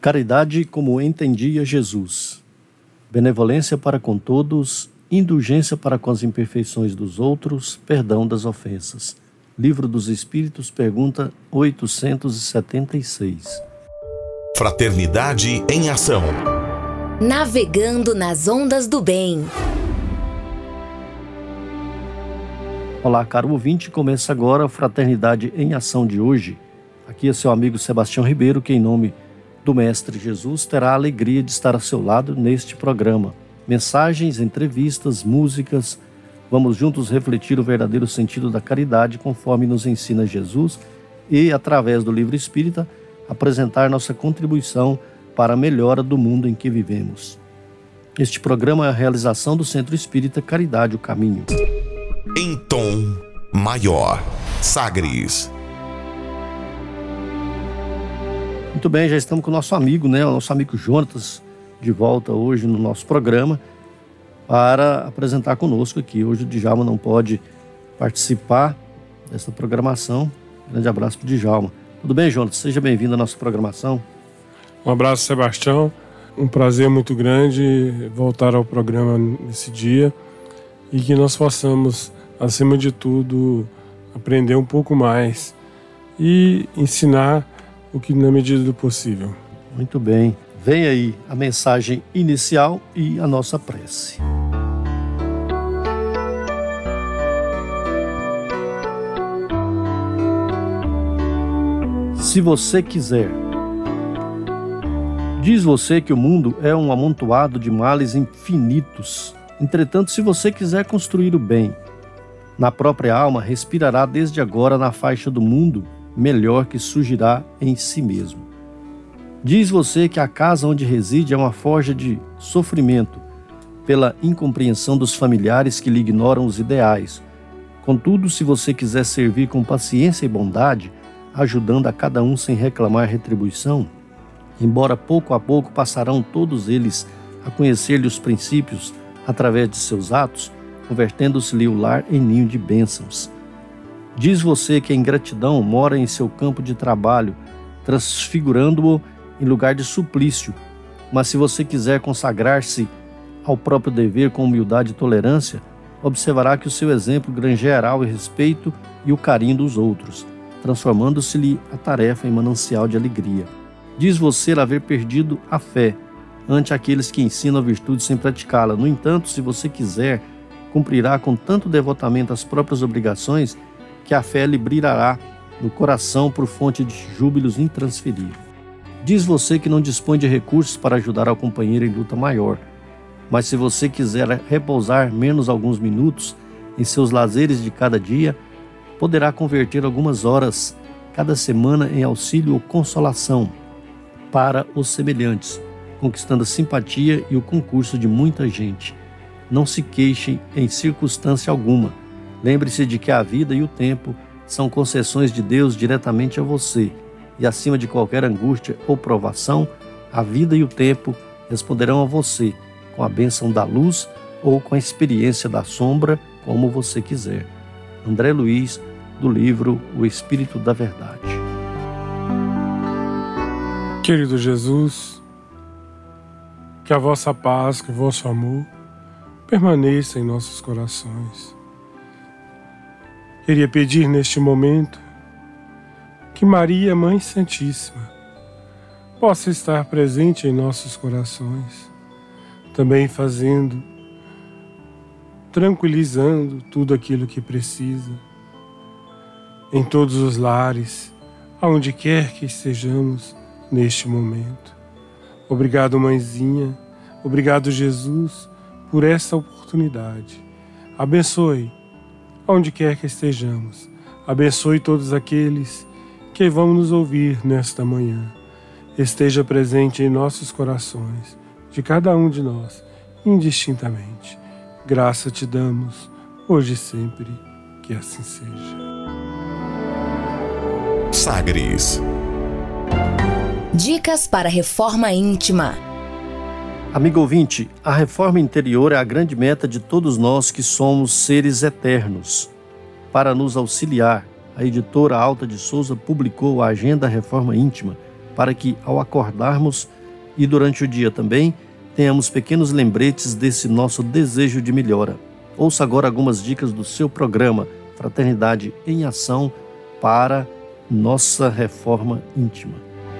Caridade como entendia Jesus. Benevolência para com todos, indulgência para com as imperfeições dos outros, perdão das ofensas. Livro dos Espíritos, pergunta 876. Fraternidade em ação. Navegando nas ondas do bem. Olá, caro ouvinte, começa agora a Fraternidade em Ação de hoje. Aqui é seu amigo Sebastião Ribeiro, que em nome do Mestre Jesus terá a alegria de estar ao seu lado neste programa. Mensagens, entrevistas, músicas, vamos juntos refletir o verdadeiro sentido da caridade conforme nos ensina Jesus e, através do Livro Espírita, apresentar nossa contribuição para a melhora do mundo em que vivemos. Este programa é a realização do Centro Espírita Caridade, o Caminho. Em tom maior, Sagres. Muito bem, já estamos com o nosso amigo, o nosso amigo Jonatas, de volta hoje no nosso programa para apresentar conosco aqui. Hoje o Djalma não pode participar dessa programação. Grande abraço para o Djalma. Tudo bem, Jonatas? Seja bem-vindo à nossa programação. Um abraço, Sebastião. Um prazer muito grande voltar ao programa nesse dia e que nós possamos, acima de tudo, aprender um pouco mais e ensinar o que na medida do possível. Muito bem. Vem aí a mensagem inicial e a nossa prece. Se você quiser. Diz você que o mundo é um amontoado de males infinitos. Entretanto, se você quiser construir o bem, na própria alma respirará desde agora na faixa do mundo melhor que surgirá em si mesmo. Diz você que a casa onde reside é uma forja de sofrimento pela incompreensão dos familiares que lhe ignoram os ideais. Contudo, se você quiser servir com paciência e bondade, ajudando a cada um sem reclamar retribuição, embora pouco a pouco passarão todos eles a conhecer-lhe os princípios através de seus atos, convertendo-se-lhe o lar em ninho de bênçãos. Diz você que a ingratidão mora em seu campo de trabalho, transfigurando-o em lugar de suplício, mas se você quiser consagrar-se ao próprio dever com humildade e tolerância, observará que o seu exemplo granjeará o respeito e o carinho dos outros, transformando-se-lhe a tarefa em manancial de alegria. Diz você haver perdido a fé ante aqueles que ensinam a virtude sem praticá-la. No entanto, se você quiser, cumprirá com tanto devotamento as próprias obrigações que a fé lhe brilhará no coração por fonte de júbilos intransferível. Diz você que não dispõe de recursos para ajudar ao companheiro em luta maior, mas se você quiser repousar menos alguns minutos em seus lazeres de cada dia, poderá converter algumas horas cada semana em auxílio ou consolação para os semelhantes, conquistando a simpatia e o concurso de muita gente. Não se queixe em circunstância alguma. Lembre-se de que a vida e o tempo são concessões de Deus diretamente a você, e acima de qualquer angústia ou provação, a vida e o tempo responderão a você com a bênção da luz ou com a experiência da sombra, como você quiser. André Luiz, do livro O Espírito da Verdade. Querido Jesus, que a vossa paz, que o vosso amor permaneça em nossos corações. Queria pedir neste momento que Maria, Mãe Santíssima, possa estar presente em nossos corações, também tranquilizando tudo aquilo que precisa, em todos os lares, aonde quer que estejamos neste momento. Obrigado, Mãezinha, obrigado, Jesus, por essa oportunidade. Abençoe onde quer que estejamos. Abençoe todos aqueles que vão nos ouvir nesta manhã. Esteja presente em nossos corações, de cada um de nós, indistintamente. Graça te damos, hoje e sempre, que assim seja. Sagres. Dicas para reforma íntima. Amigo ouvinte, a reforma interior é a grande meta de todos nós que somos seres eternos. Para nos auxiliar, a editora Alta de Souza publicou a Agenda Reforma Íntima, para que, ao acordarmos e durante o dia também, tenhamos pequenos lembretes desse nosso desejo de melhora. Ouça agora algumas dicas do seu programa Fraternidade em Ação para nossa reforma íntima.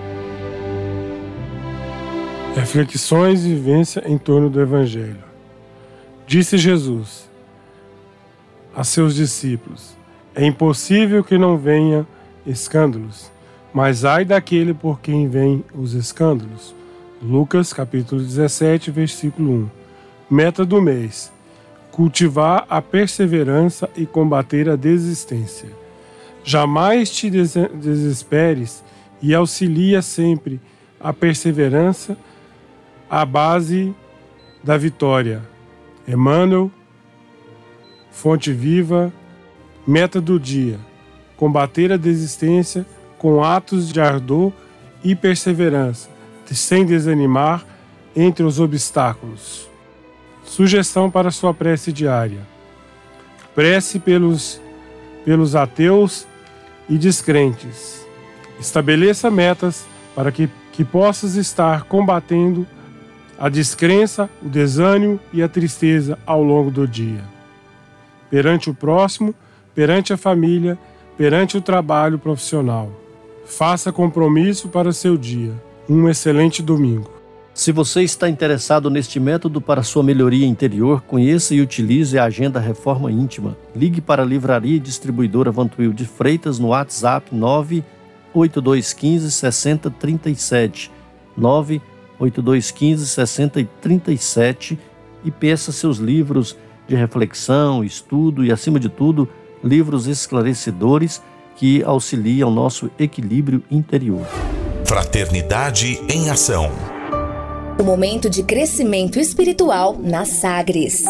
Reflexões e vivência em torno do Evangelho. Disse Jesus a seus discípulos: é impossível que não venha escândalos, mas ai daquele por quem vêm os escândalos. Lucas capítulo 17, versículo 1. Meta do mês: cultivar a perseverança e combater a desistência. Jamais te desesperes e auxilia sempre a perseverança, a base da vitória. Emmanuel, Fonte Viva. Meta do dia: combater a desistência com atos de ardor e perseverança, sem desanimar entre os obstáculos. Sugestão para sua prece diária: prece pelos ateus e descrentes. Estabeleça metas para que possas estar combatendo a descrença, o desânimo e a tristeza ao longo do dia. Perante o próximo, perante a família, perante o trabalho profissional. Faça compromisso para seu dia. Um excelente domingo. Se você está interessado neste método para sua melhoria interior, conheça e utilize a Agenda Reforma Íntima. Ligue para a Livraria e Distribuidora Vantuil de Freitas no WhatsApp 98215 6037, 98215 6037 e peça seus livros de reflexão, estudo e, acima de tudo, livros esclarecedores que auxiliam nosso equilíbrio interior. Fraternidade em Ação. O momento de crescimento espiritual na Sagres.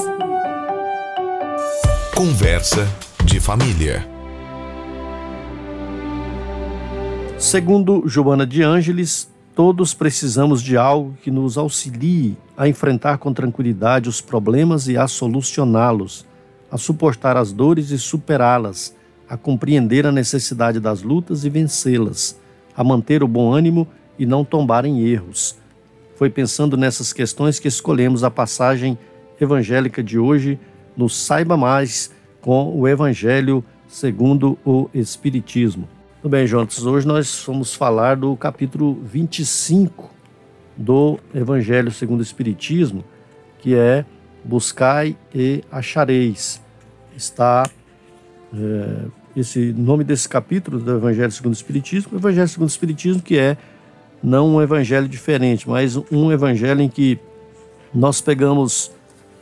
Conversa de família. Segundo Joana de Ângeles, todos precisamos de algo que nos auxilie a enfrentar com tranquilidade os problemas e a solucioná-los, a suportar as dores e superá-las, a compreender a necessidade das lutas e vencê-las, a manter o bom ânimo e não tombar em erros. Foi pensando nessas questões que escolhemos a passagem evangélica de hoje no Saiba Mais com o Evangelho segundo o Espiritismo. Tudo bem, Jonas, hoje nós vamos falar do capítulo 25 do Evangelho segundo o Espiritismo, que é Buscai e achareis. Está esse nome desse capítulo do Evangelho segundo o Espiritismo, o Evangelho segundo o Espiritismo, que é não um evangelho diferente, mas um evangelho em que nós pegamos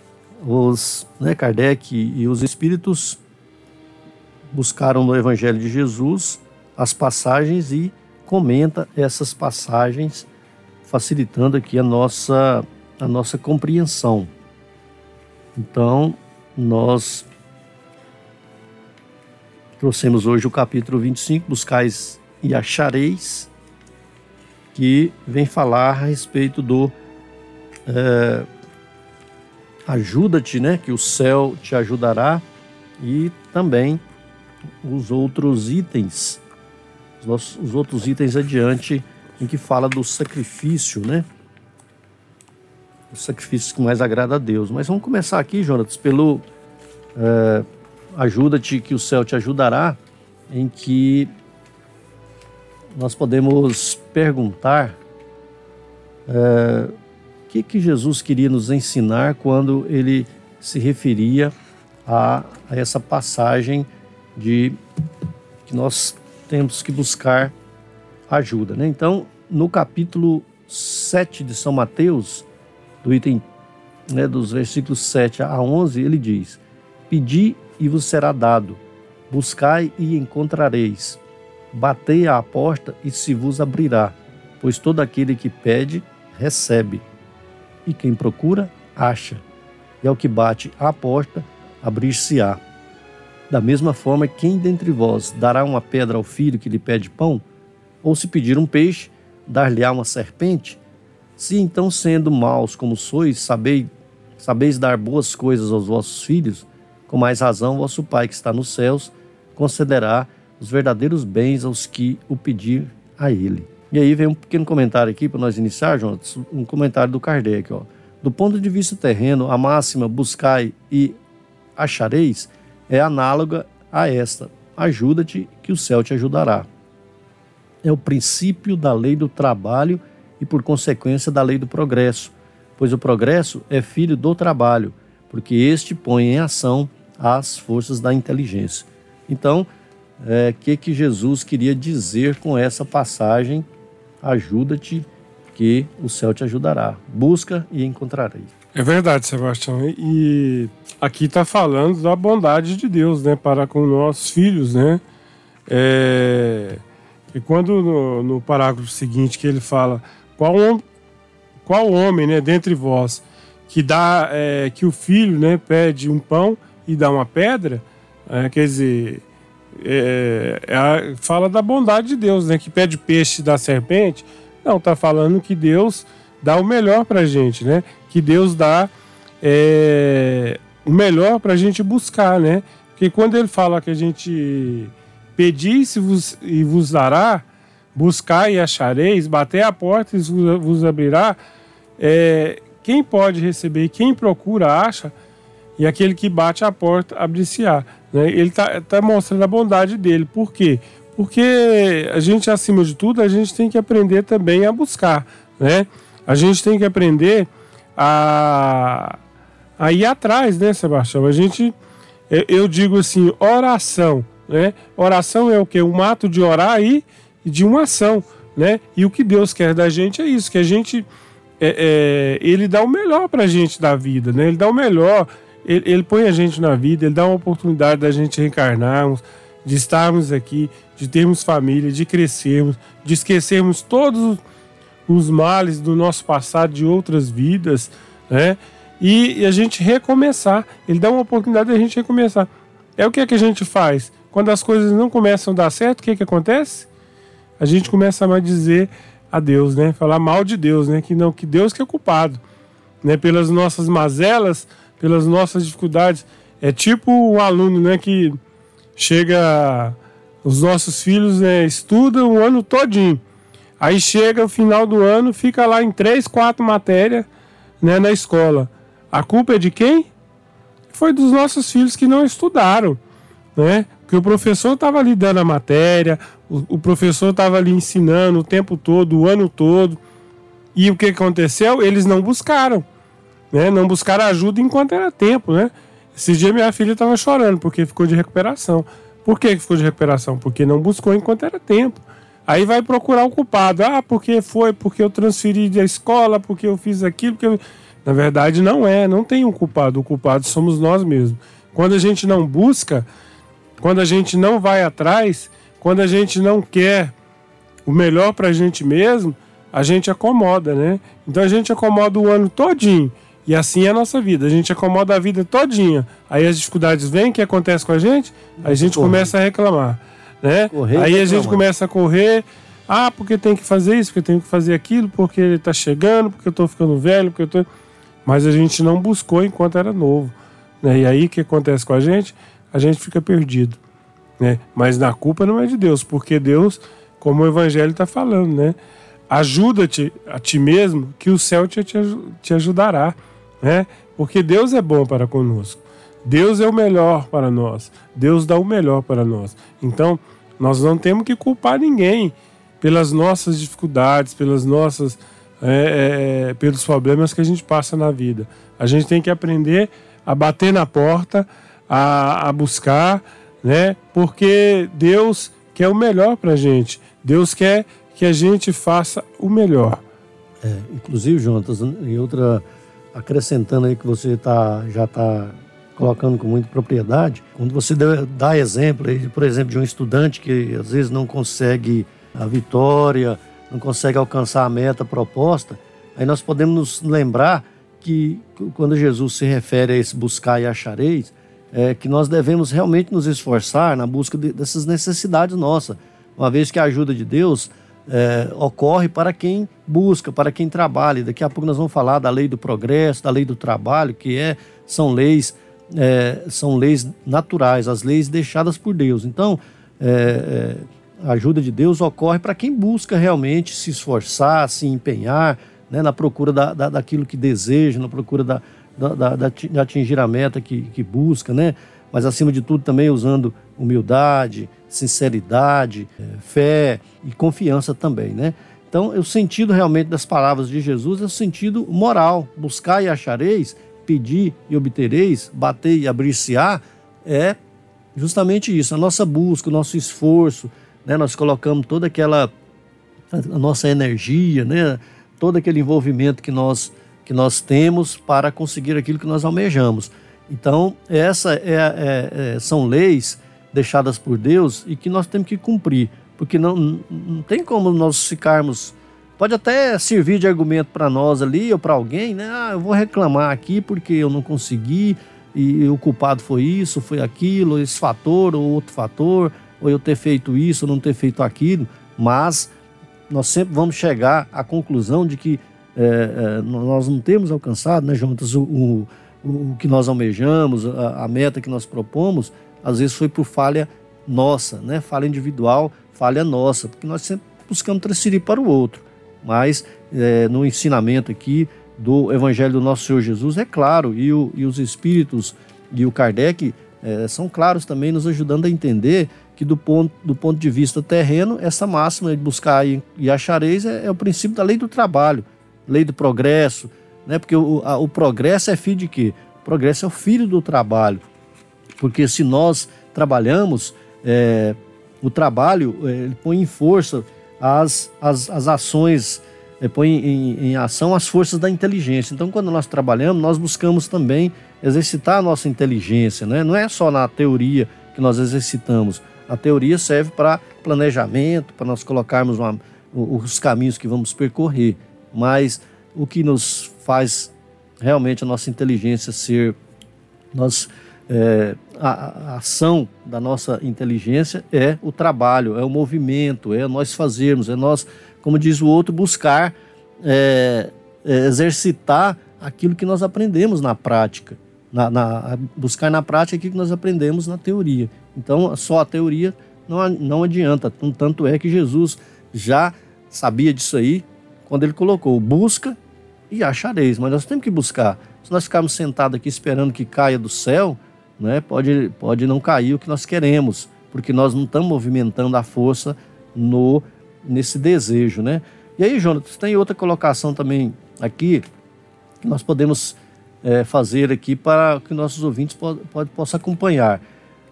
Kardec e os espíritos buscaram no Evangelho de Jesus as passagens e comenta essas passagens, facilitando aqui a nossa compreensão. Então, nós trouxemos hoje o capítulo 25, Buscais e achareis, que vem falar a respeito do ajuda-te, que o céu te ajudará, e também os outros itens adiante, em que fala do sacrifício, o sacrifício que mais agrada a Deus. Mas vamos começar aqui, Jonas, pelo ajuda-te que o céu te ajudará, em que nós podemos perguntar o que Jesus queria nos ensinar quando ele se referia a essa passagem de que nós temos que buscar ajuda. Então, no capítulo 7 de São Mateus, do item dos versículos 7 a 11, ele diz: Pedi e vos será dado, buscai e encontrareis, batei à porta e se vos abrirá, pois todo aquele que pede, recebe, e quem procura, acha, e ao que bate à porta, abrir-se-á. Da mesma forma, quem dentre vós dará uma pedra ao filho que lhe pede pão? Ou se pedir um peixe, dar-lhe-á uma serpente? Se então, sendo maus como sois, sabeis dar boas coisas aos vossos filhos, com mais razão vosso Pai que está nos céus concederá os verdadeiros bens aos que o pedir a ele. E aí vem um pequeno comentário aqui para nós iniciar, Jonas, um comentário do Kardec. Ó. Do ponto de vista terreno, a máxima buscai e achareis é análoga a esta. Ajuda-te que o céu te ajudará. É o princípio da lei do trabalho e, por consequência, da lei do progresso, pois o progresso é filho do trabalho, porque este põe em ação as forças da inteligência. Então, que Jesus queria dizer com essa passagem? Ajuda-te que o céu te ajudará. Busca e encontrarei. É verdade, Sebastião. E aqui está falando da bondade de Deus, né, para com nossos filhos, né? E quando no parágrafo seguinte que ele fala qual homem, né, dentre vós que dá que o filho, né, pede um pão e dá uma pedra, quer dizer, fala da bondade de Deus, né, que pede peixe da serpente. Não, está falando que Deus dá o melhor para a gente, né? Que Deus dá o melhor para a gente buscar, né? Porque quando ele fala que a gente pedis e vos dará, buscar e achareis, bater a porta e vos abrirá, quem pode receber, quem procura acha, e aquele que bate a porta abrir-se-á. Né? Ele tá mostrando a bondade dele. Por quê? Porque a gente, acima de tudo, a gente tem que aprender também a buscar, né? A gente tem que aprender a ir atrás, né, Sebastião? Eu digo assim, oração, né? Oração é o quê? Um ato de orar e de uma ação, né? E o que Deus quer da gente é isso, que a gente, Ele dá o melhor pra gente da vida, né? Ele dá o melhor, ele põe a gente na vida, Ele dá uma oportunidade da gente reencarnarmos, de estarmos aqui, de termos família, de crescermos, de esquecermos todos os males do nosso passado, de outras vidas, né? E a gente recomeçar. Ele dá uma oportunidade de a gente recomeçar. É o que a gente faz? Quando as coisas não começam a dar certo, o que acontece? A gente começa a maldizer a Deus, né? Falar mal de Deus, né? Que Deus que é culpado, né? Pelas nossas mazelas, pelas nossas dificuldades. É tipo um aluno, né? Que chega, os nossos filhos estudam o ano todinho. Aí chega o final do ano, fica lá em 3, 4 matérias, né, na escola. A culpa é de quem? Foi dos nossos filhos que não estudaram, né? Porque o professor estava ali dando a matéria, o professor estava ali ensinando o tempo todo, o ano todo. E o que aconteceu? Eles não buscaram, né? Não buscaram ajuda enquanto era tempo, né? Esse dia minha filha estava chorando porque ficou de recuperação. Por que ficou de recuperação? Porque não buscou enquanto era tempo. Aí vai procurar o culpado. Porque eu transferi da escola, porque eu fiz aquilo, Na verdade não tem um culpado. O culpado somos nós mesmos. Quando a gente não busca, quando a gente não vai atrás, quando a gente não quer o melhor pra gente mesmo, a gente acomoda, né? Então a gente acomoda o ano todinho. E assim é a nossa vida. A gente acomoda a vida todinha. Aí as dificuldades vêm, o que acontece com a gente? Aí a gente começa a reclamar, né? Aí a gente começa a correr. Porque tem que fazer isso, porque tem que fazer aquilo, porque ele tá chegando, porque eu tô ficando velho, Mas a gente não buscou enquanto era novo, né? E aí o que acontece com a gente? A gente fica perdido, né? Mas a culpa não é de Deus, porque Deus, como o Evangelho está falando, né? Ajuda-te a ti mesmo, que o céu te ajudará, né? Porque Deus é bom para conosco. Deus é o melhor para nós. Deus dá o melhor para nós. Então, nós não temos que culpar ninguém pelas nossas dificuldades, pelos problemas que a gente passa na vida. A gente tem que aprender a bater na porta, a buscar, né? Porque Deus quer o melhor para a gente. Deus quer que a gente faça o melhor. Inclusive, Jonas, e outra, acrescentando aí que você já está colocando com muita propriedade, quando você dá exemplo, aí, por exemplo, de um estudante que às vezes não consegue a vitória, não consegue alcançar a meta proposta, aí nós podemos nos lembrar que quando Jesus se refere a esse buscar e achareis, que nós devemos realmente nos esforçar na busca dessas necessidades nossas, uma vez que a ajuda de Deus ocorre para quem busca, para quem trabalha. Daqui a pouco nós vamos falar da lei do progresso, da lei do trabalho, que são leis naturais, as leis deixadas por Deus. Então, a ajuda de Deus ocorre para quem busca realmente se esforçar, se empenhar, né, na procura daquilo que deseja, na procura de atingir a meta que busca, né? Mas acima de tudo também usando humildade, sinceridade, fé e confiança também, né? Então, o sentido realmente das palavras de Jesus é o sentido moral. Buscar e achareis, pedir e obtereis, bater e abrir-se-á, é justamente isso. A nossa busca, o nosso esforço, né? Nós colocamos toda aquela a nossa energia, né? Todo aquele envolvimento que nós temos para conseguir aquilo que nós almejamos. Então, são leis deixadas por Deus e que nós temos que cumprir. Porque não tem como nós ficarmos... Pode até servir de argumento para nós ali ou para alguém, né? Eu vou reclamar aqui porque eu não consegui e o culpado foi isso, foi aquilo, esse fator ou outro fator, ou eu ter feito isso ou não ter feito aquilo. Mas nós sempre vamos chegar à conclusão de que nós não temos alcançado, né, Jonas, o que nós almejamos, a meta que nós propomos, às vezes foi por falha nossa, né? Falha individual, falha nossa, porque nós sempre buscamos transferir para o outro. Mas no ensinamento aqui do Evangelho do Nosso Senhor Jesus, é claro, e os Espíritos e o Kardec são claros também, nos ajudando a entender que do ponto de vista terreno, essa máxima de buscar e achareis é o princípio da lei do trabalho, lei do progresso, né? Porque o progresso é filho de quê? O progresso é o filho do trabalho, porque se nós trabalhamos, o trabalho ele põe em força as ações, põe em ação as forças da inteligência. Então, quando nós trabalhamos, nós buscamos também exercitar a nossa inteligência, né? Não é só na teoria que nós exercitamos. A teoria serve para planejamento, para nós colocarmos os caminhos que vamos percorrer. Mas o que nos faz realmente a nossa inteligência ser... a ação da nossa inteligência é o trabalho, é o movimento, é nós fazermos, é nós, como diz o outro, buscar exercitar aquilo que nós aprendemos na prática, buscar na prática aquilo que nós aprendemos na teoria. Então, só a teoria não adianta, tanto é que Jesus já sabia disso aí, quando ele colocou, busca e achareis, mas nós temos que buscar. Se nós ficarmos sentados aqui esperando que caia do céu, né, pode não cair o que nós queremos, porque nós não estamos movimentando a força nesse desejo, né? E aí, Jonas, tem outra colocação também aqui que nós podemos fazer aqui para que nossos ouvintes possam acompanhar.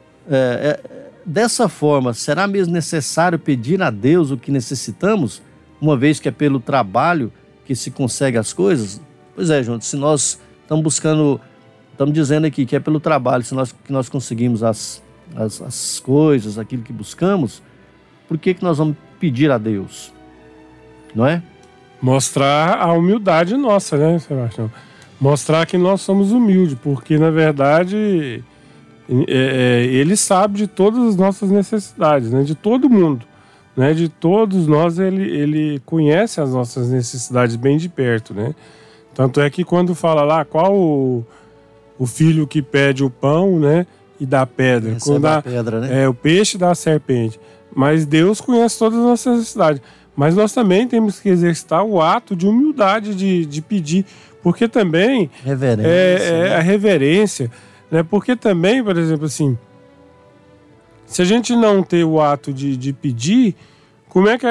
Dessa forma, será mesmo necessário pedir a Deus o que necessitamos, uma vez que é pelo trabalho que se consegue as coisas? Pois é, Jonas, se nós estamos buscando... Estamos dizendo aqui que é pelo trabalho que nós conseguimos as coisas, aquilo que buscamos. Por que nós vamos pedir a Deus? Não é? Mostrar a humildade nossa, né, Sebastião? Mostrar que nós somos humildes, porque, na verdade, Ele sabe de todas as nossas necessidades, né, de todo mundo. Né, de todos nós, ele conhece as nossas necessidades bem de perto, né? Tanto é que quando fala lá, qual o filho que pede o pão, né, e dá pedra. Quando dá pedra, né? O peixe dá a serpente. Mas Deus conhece todas as nossas necessidades. Mas nós também temos que exercitar o ato de humildade, de pedir. Porque também... Reverência. A reverência. Né? Porque também, por exemplo, assim... Se a gente não ter o ato de pedir, como é que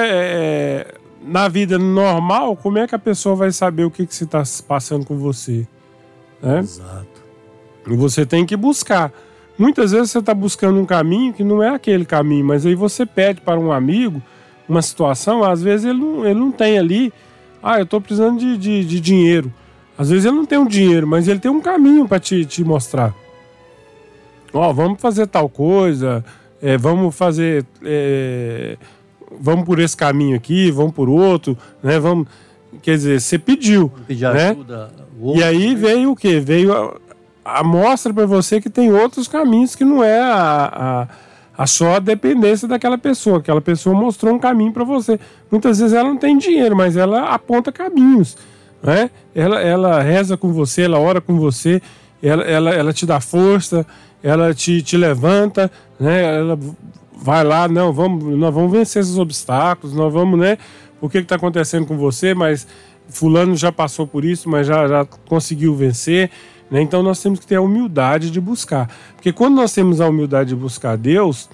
na vida normal, como é que a pessoa vai saber o que se está passando com você? Né? Exato. Você tem que buscar. Muitas vezes você está buscando um caminho que não é aquele caminho, mas aí você pede para um amigo uma situação, às vezes ele não tem ali, eu estou precisando de dinheiro. Às vezes ele não tem um dinheiro, mas ele tem um caminho para te mostrar. Vamos fazer tal coisa, vamos fazer... vamos por esse caminho aqui, vamos por outro, né? Quer dizer, você pediu. Pedir né? ajuda. E aí veio o quê? Veio a mostra para você que tem outros caminhos que não é a só a dependência daquela pessoa. Aquela pessoa mostrou um caminho para você. Muitas vezes ela não tem dinheiro, mas ela aponta caminhos. Né? Ela reza com você, ela ora com você, ela te dá força, ela te levanta, né? Ela vai lá, não, nós vamos vencer esses obstáculos, nós vamos, né? O que está acontecendo com você, mas fulano já passou por isso, mas já conseguiu vencer, né? Então nós temos que ter a humildade de buscar. Porque quando nós temos a humildade de buscar Deus,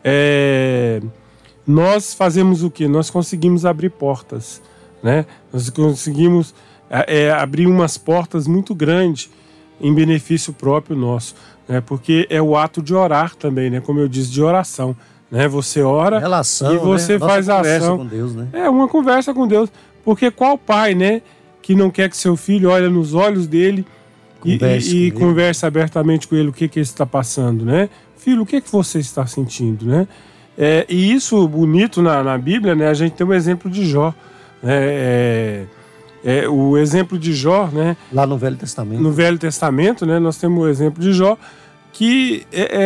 nós fazemos o quê? Nós conseguimos abrir portas, né? Nós conseguimos abrir umas portas muito grandes em benefício próprio nosso, né? Porque é o ato de orar também, né? Como eu disse, de oração, né? Você ora relação, e você, né? Faz a ação. Com Deus, né? É uma conversa com Deus, porque qual pai, né, que não quer que seu filho olhe nos olhos dele e converse abertamente com ele o que ele está passando, né? Filho, o que você está sentindo, né? E isso bonito na Bíblia, né? A gente tem um exemplo de Jó, né? O exemplo de Jó, né? Lá no Velho Testamento. No Velho Testamento, né? Nós temos o exemplo de Jó, que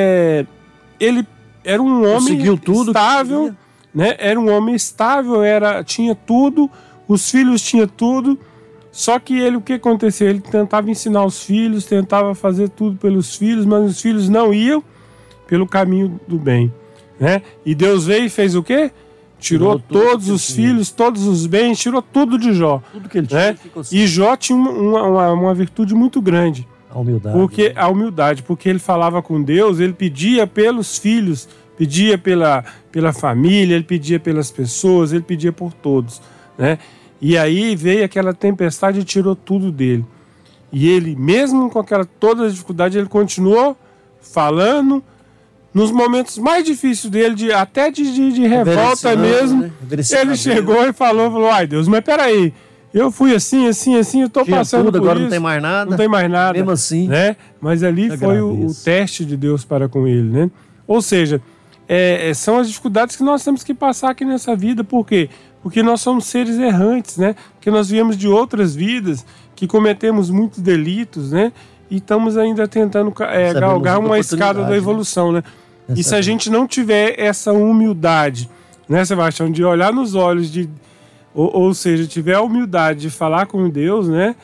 ele era um homem estável, né? Era um homem estável, tinha tudo, os filhos tinham tudo, só que o que acontecia? Ele tentava ensinar os filhos, tentava fazer tudo pelos filhos, mas os filhos não iam pelo caminho do bem, né? E Deus veio e fez o quê? Tirou todos os filhos, todos os bens, tirou tudo de Jó. Tudo que ele tinha, né? E Jó tinha uma virtude muito grande. A humildade. A humildade, porque ele falava com Deus, ele pedia pelos filhos, pedia pela família, ele pedia pelas pessoas, ele pedia por todos, né? E aí veio aquela tempestade e tirou tudo dele. E ele, mesmo com toda a dificuldade, ele continuou falando. Nos momentos mais difíceis dele, até de revolta mesmo, né? Ele chegou e falou, ai Deus, mas peraí, eu fui assim, eu tô passando por agora isso. Não tem mais nada. Não tem mais nada. Mesmo assim. Né? Mas ali foi o teste de Deus para com ele, né? Ou seja, são as dificuldades que nós temos que passar aqui nessa vida. Por quê? Porque nós somos seres errantes, né? Porque nós viemos de outras vidas, que cometemos muitos delitos, né? E estamos ainda tentando galgar uma escada da evolução, né? E se a gente não tiver essa humildade, né, Sebastião, de olhar nos olhos, ou seja, tiver a humildade de falar com Deus, né,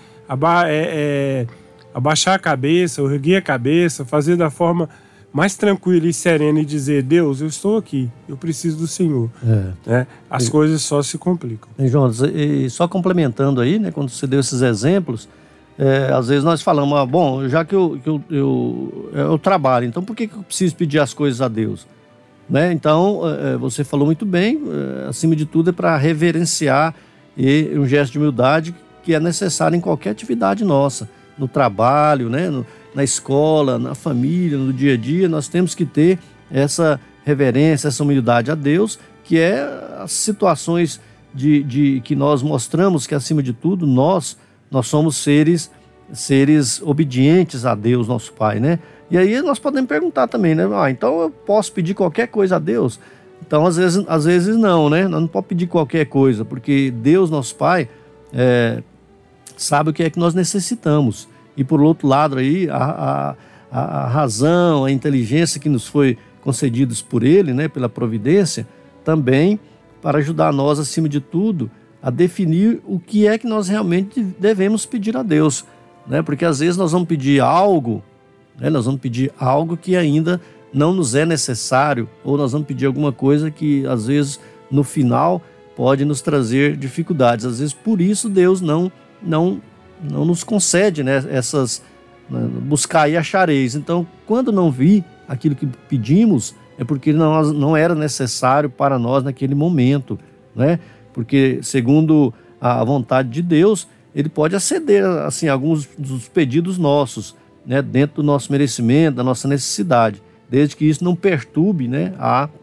abaixar a cabeça, erguer a cabeça, fazer da forma mais tranquila e serena e dizer, Deus, eu estou aqui, eu preciso do Senhor. Né? As coisas só se complicam. Jonas, e só complementando aí, né, quando você deu esses exemplos, às vezes nós falamos, bom, já que eu trabalho, então por que eu preciso pedir as coisas a Deus? Né? Então, você falou muito bem, acima de tudo é para reverenciar e um gesto de humildade que é necessário em qualquer atividade nossa, no trabalho, né? Na escola, na família, no dia a dia, nós temos que ter essa reverência, essa humildade a Deus, que é as situações que nós mostramos que, acima de tudo, nós somos seres obedientes a Deus, nosso Pai, né? E aí nós podemos perguntar também, né? Então eu posso pedir qualquer coisa a Deus? Então, às vezes não, né? Nós não podemos pedir qualquer coisa, porque Deus, nosso Pai, sabe o que é que nós necessitamos. E por outro lado aí, a razão, a inteligência que nos foi concedidos por Ele, né? Pela providência, também para ajudar nós, acima de tudo, a definir o que é que nós realmente devemos pedir a Deus, né? Porque às vezes nós vamos pedir algo, né? Nós vamos pedir algo que ainda não nos é necessário, ou nós vamos pedir alguma coisa que às vezes no final pode nos trazer dificuldades. Às vezes por isso Deus não nos concede, né? Buscar e achareis. Então, quando não vi aquilo que pedimos, é porque não era necessário para nós naquele momento, né? Porque, segundo a vontade de Deus, Ele pode aceder assim, a alguns dos pedidos nossos, né, dentro do nosso merecimento, da nossa necessidade, desde que isso não perturbe, né,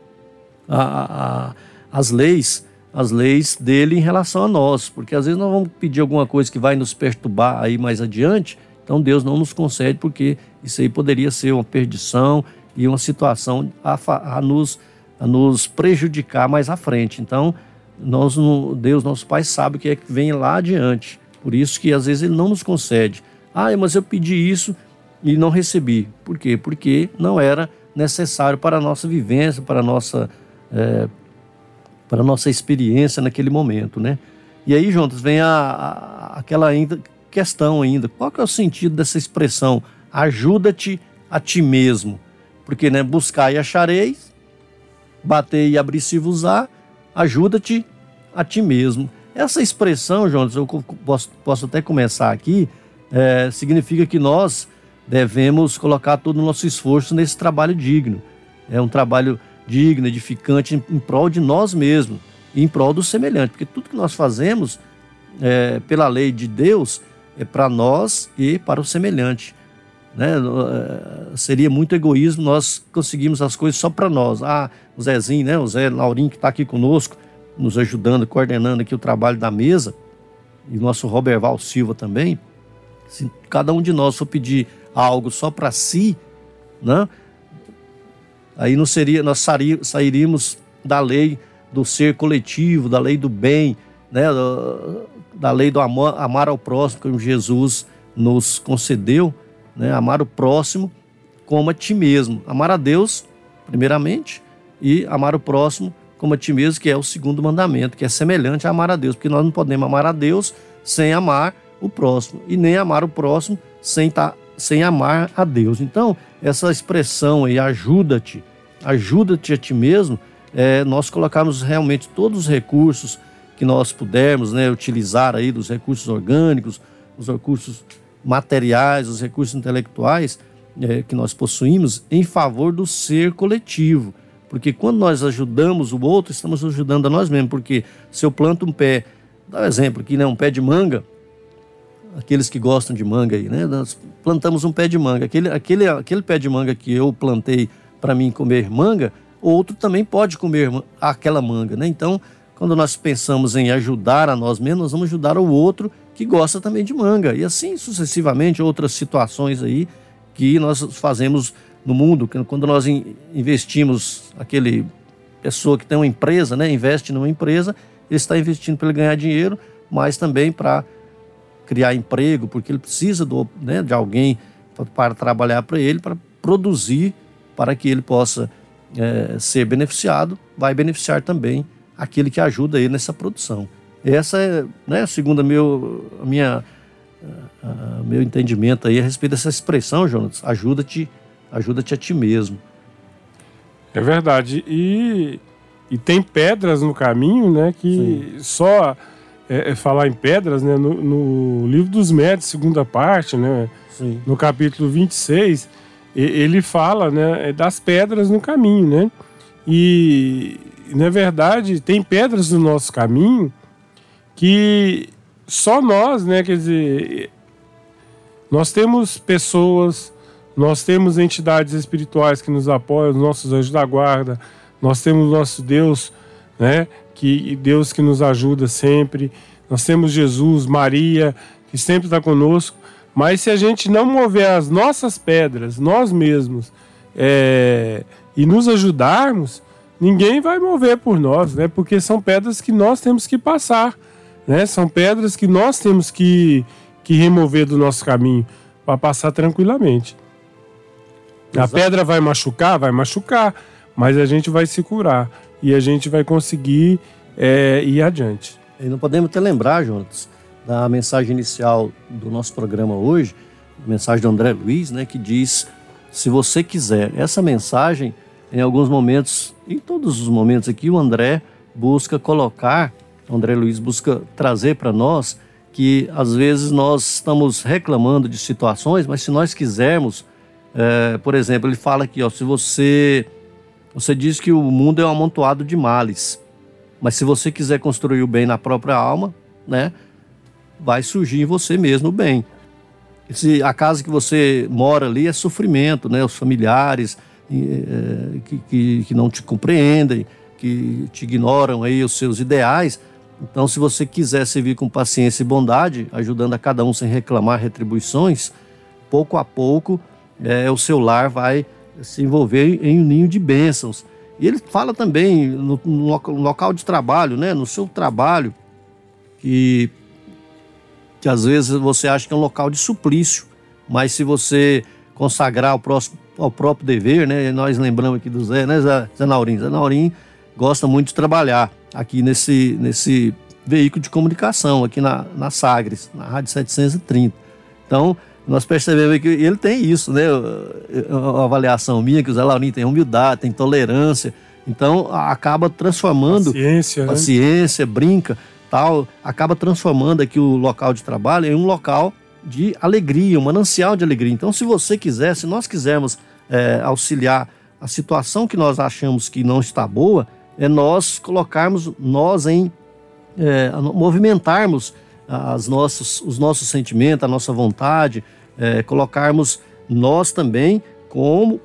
as leis dele em relação a nós, porque às vezes nós vamos pedir alguma coisa que vai nos perturbar aí mais adiante, então Deus não nos concede, porque isso aí poderia ser uma perdição e uma situação a nos prejudicar mais à frente. Então, Deus, nosso Pai, sabe o que é que vem lá adiante. Por isso que às vezes Ele não nos concede. Mas eu pedi isso e não recebi. Por quê? Porque não era necessário para a nossa vivência, para a nossa experiência naquele momento, né? E aí, Jonas, vem aquela questão ainda. Qual que é o sentido dessa expressão? Ajuda-te a ti mesmo. Porque, né, buscar e achareis, Batei e abri-se-vos-á, ajuda-te a ti mesmo. Essa expressão, Jonas, eu posso até começar aqui, significa que nós devemos colocar todo o nosso esforço nesse trabalho digno. É um trabalho digno, edificante, em prol de nós mesmos e em prol do semelhante, porque tudo que nós fazemos, pela lei de Deus, é para nós e para o semelhante. Né? Seria muito egoísmo nós conseguirmos as coisas só para nós. O Zezinho, né? O Zé Laurinho, que está aqui conosco, nos ajudando, coordenando aqui o trabalho da mesa, e o nosso Roberval Silva também. Se cada um de nós for pedir algo só para si, né? Aí nós sairíamos da lei do ser coletivo, da lei do bem, né? Da lei do amar ao próximo, como Jesus nos concedeu, né? Amar o próximo como a ti mesmo. Amar a Deus, primeiramente, e amar o próximo como a ti mesmo, que é o segundo mandamento, que é semelhante a amar a Deus, porque nós não podemos amar a Deus sem amar o próximo, e nem amar o próximo sem amar a Deus. Então, essa expressão aí, ajuda-te a ti mesmo, nós colocarmos realmente todos os recursos que nós pudermos, né, utilizar aí, dos recursos orgânicos, os recursos materiais, os recursos intelectuais que nós possuímos em favor do ser coletivo. Porque quando nós ajudamos o outro, estamos ajudando a nós mesmos. Porque se eu planto um pé, dá um exemplo aqui, né, um pé de manga, aqueles que gostam de manga aí, né, nós plantamos um pé de manga. Aquele pé de manga que eu plantei para mim comer manga, outro também pode comer aquela manga, né? Então, quando nós pensamos em ajudar a nós mesmos, nós vamos ajudar o outro que gosta também de manga. E assim sucessivamente, outras situações aí que nós fazemos no mundo. Quando nós investimos, aquele pessoa que tem uma empresa, né, investe numa empresa, ele está investindo para ele ganhar dinheiro, mas também para criar emprego, porque ele precisa de alguém para trabalhar para ele, para produzir, para que ele possa ser beneficiado, vai beneficiar também aquele que ajuda ele nessa produção. Essa é, né, segundo meu entendimento aí a respeito dessa expressão, Jonas, ajuda-te a ti mesmo. É verdade. E tem pedras no caminho, né, que sim, só falar em pedras, né, no livro dos Médios, segunda parte, né, sim, no capítulo 26, ele fala, né, das pedras no caminho, né? E, na verdade, tem pedras no nosso caminho que só nós, né, quer dizer, nós temos pessoas, nós temos entidades espirituais que nos apoiam, os nossos anjos da guarda, nós temos o nosso Deus, né, Deus que nos ajuda sempre, nós temos Jesus, Maria, que sempre está conosco. Mas se a gente não mover as nossas pedras, nós mesmos, e nos ajudarmos, ninguém vai mover por nós, né? Porque são pedras que nós temos que passar, né? São pedras que nós temos que remover do nosso caminho para passar tranquilamente. Exato. A pedra vai machucar, mas a gente vai se curar e a gente vai conseguir ir adiante. E não podemos até lembrar, Jonas, da mensagem inicial do nosso programa hoje, a mensagem do André Luiz, né, que diz, se você quiser. Essa mensagem, em alguns momentos, em todos os momentos aqui, o André Luiz busca trazer para nós que, às vezes, nós estamos reclamando de situações, mas se nós quisermos, por exemplo, ele fala aqui, se você diz que o mundo é um amontoado de males, mas se você quiser construir o bem na própria alma, né, vai surgir em você mesmo o bem. Se a casa que você mora ali é sofrimento, né? Os familiares que não te compreendem, que te ignoram aí os seus ideais. Então, se você quiser servir com paciência e bondade, ajudando a cada um sem reclamar retribuições, pouco a pouco o seu lar vai se envolver em um ninho de bênçãos. E ele fala também no local de trabalho, né? No seu trabalho, que às vezes você acha que é um local de suplício, mas se você consagrar ao próprio dever, né? Nós lembramos aqui do Zé, né, Zé Naurim? Zé Naurim gosta muito de trabalhar aqui nesse veículo de comunicação, aqui na Sagres, na Rádio 730. Então, nós percebemos que ele tem isso, né? Uma avaliação minha, que o Zé Laurinho tem humildade, tem tolerância, Então acaba transformando paciência, brinca, tal, acaba transformando aqui o local de trabalho em um local de alegria, um manancial de alegria. Então, se você quiser, se nós quisermos auxiliar a situação que nós achamos que não está boa, é nós colocarmos movimentarmos os nossos sentimentos, a nossa vontade, colocarmos nós também como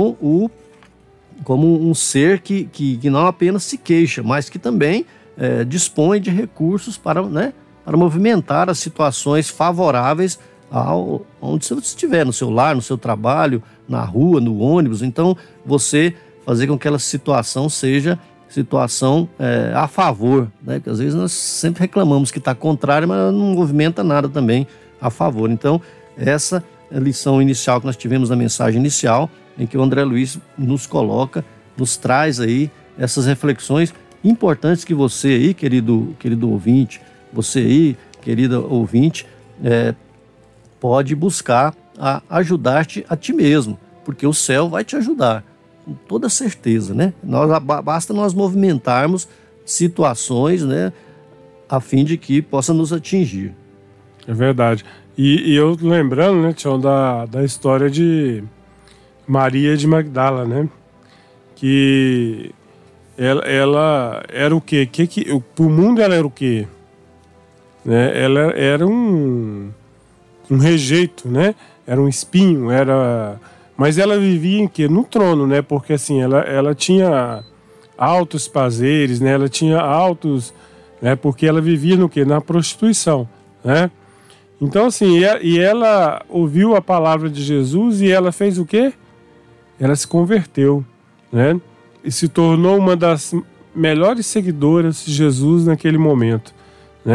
um ser que não apenas se queixa, mas que também dispõe de recursos para movimentar as situações favoráveis onde você estiver, no seu lar, no seu trabalho, na rua, no ônibus. Então, você fazer com que aquela situação seja situação a favor, né? Porque às vezes nós sempre reclamamos que está contrário, mas não movimenta nada também a favor. Então, essa é a lição inicial que nós tivemos na mensagem inicial, em que o André Luiz nos traz aí essas reflexões importantes que você aí, querido ouvinte, você aí, querida ouvinte, pode buscar ajudar-te a ti mesmo, porque o céu vai te ajudar, com toda certeza, né? Basta nós movimentarmos situações, né, a fim de que possa nos atingir. É verdade. E eu lembrando, né, Tião, da história de Maria de Magdala, né? Que ela era o quê? Pro mundo ela era o quê? Né? Ela era um rejeito, né? Era um espinho, mas ela vivia em quê? No trono, né? Porque assim, ela tinha altos prazeres, né? Ela tinha altos, né? Porque ela vivia no quê? Na prostituição, né? Então assim, e ela ouviu a palavra de Jesus e ela fez o quê? Ela se converteu, né? E se tornou uma das melhores seguidoras de Jesus naquele momento, né?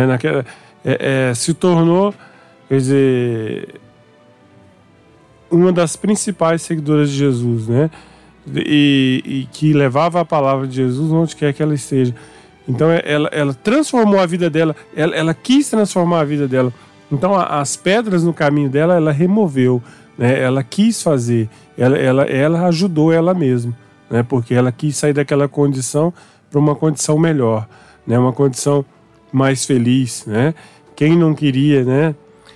Se tornou, quer dizer, uma das principais seguidoras de Jesus, né? E que levava a palavra de Jesus onde quer que ela esteja. Então ela transformou a vida dela, ela quis transformar a vida dela. Então as pedras no caminho dela, ela removeu, né? Ela quis fazer, ela ajudou ela mesma, né? Porque ela quis sair daquela condição para uma condição melhor, né? Uma condição mais feliz, né? Quem não queria, né?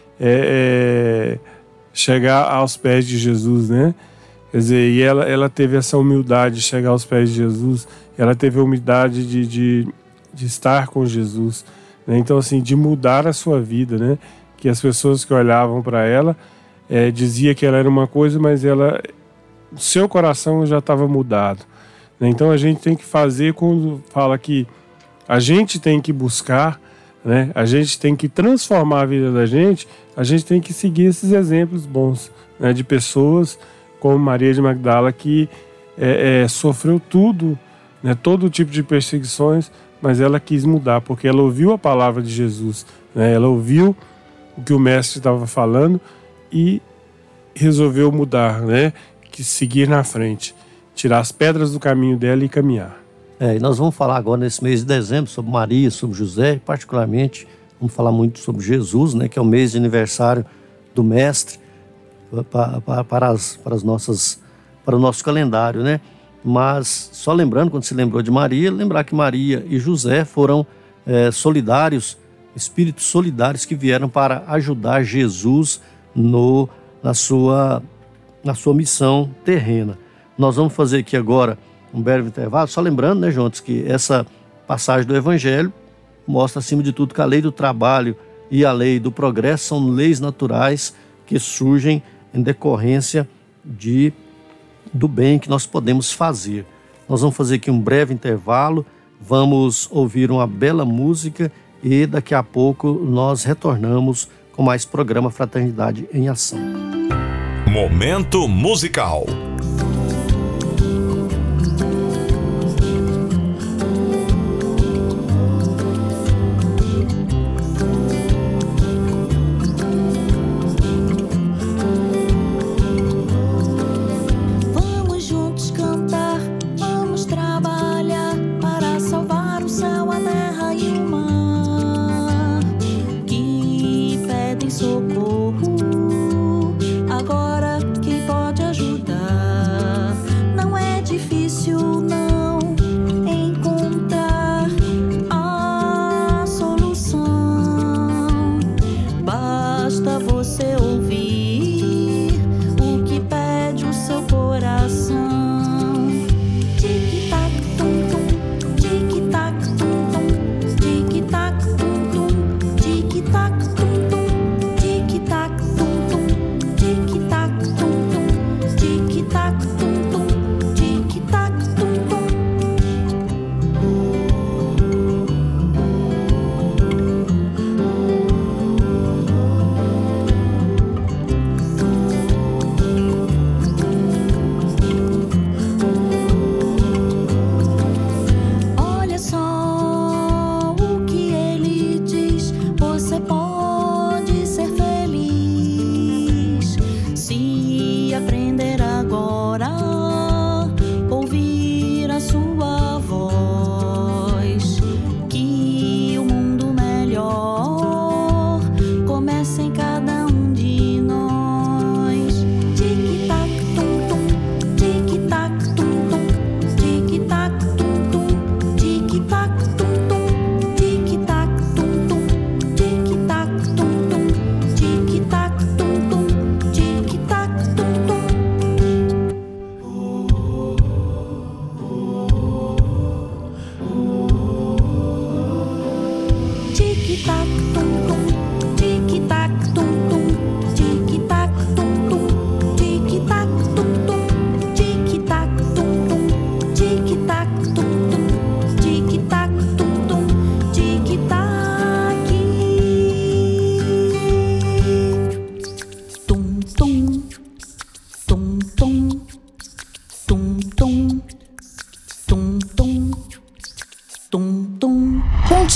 Chegar aos pés de Jesus, né? Quer dizer, e ela teve essa humildade de chegar aos pés de Jesus, ela teve a humildade de estar com Jesus, né? Então, assim, de mudar a sua vida, né? Que as pessoas que olhavam para ela dizia que ela era uma coisa, mas o seu coração já estava mudado, né? Então, a gente tem que fazer quando fala que a gente tem que buscar, né? A gente tem que transformar a vida da gente, a gente tem que seguir esses exemplos bons, né? De pessoas como Maria de Magdala, que sofreu tudo, né? Todo tipo de perseguições, mas ela quis mudar, porque ela ouviu a palavra de Jesus, né? Ela ouviu o que o mestre estava falando e resolveu mudar, né? Que seguir na frente, tirar as pedras do caminho dela e caminhar. E nós vamos falar agora nesse mês de dezembro sobre Maria, sobre José, e particularmente vamos falar muito sobre Jesus, né? Que é o mês de aniversário do mestre para o nosso calendário, né? Mas só lembrando, quando se lembrou de Maria, lembrar que Maria e José foram solidários, espíritos solidários que vieram para ajudar Jesus na sua missão terrena. Nós vamos fazer aqui agora um breve intervalo, só lembrando, né, juntos, que essa passagem do Evangelho mostra, acima de tudo, que a lei do trabalho e a lei do progresso são leis naturais que surgem em decorrência do bem que nós podemos fazer. Nós vamos fazer aqui um breve intervalo, vamos ouvir uma bela música e daqui a pouco nós retornamos com mais programa Fraternidade em Ação. Momento musical. Agora quem pode ajudar? Não é difícil, não.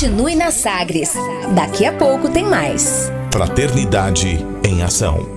Continue na Sagres. Daqui a pouco tem mais. Fraternidade em Ação.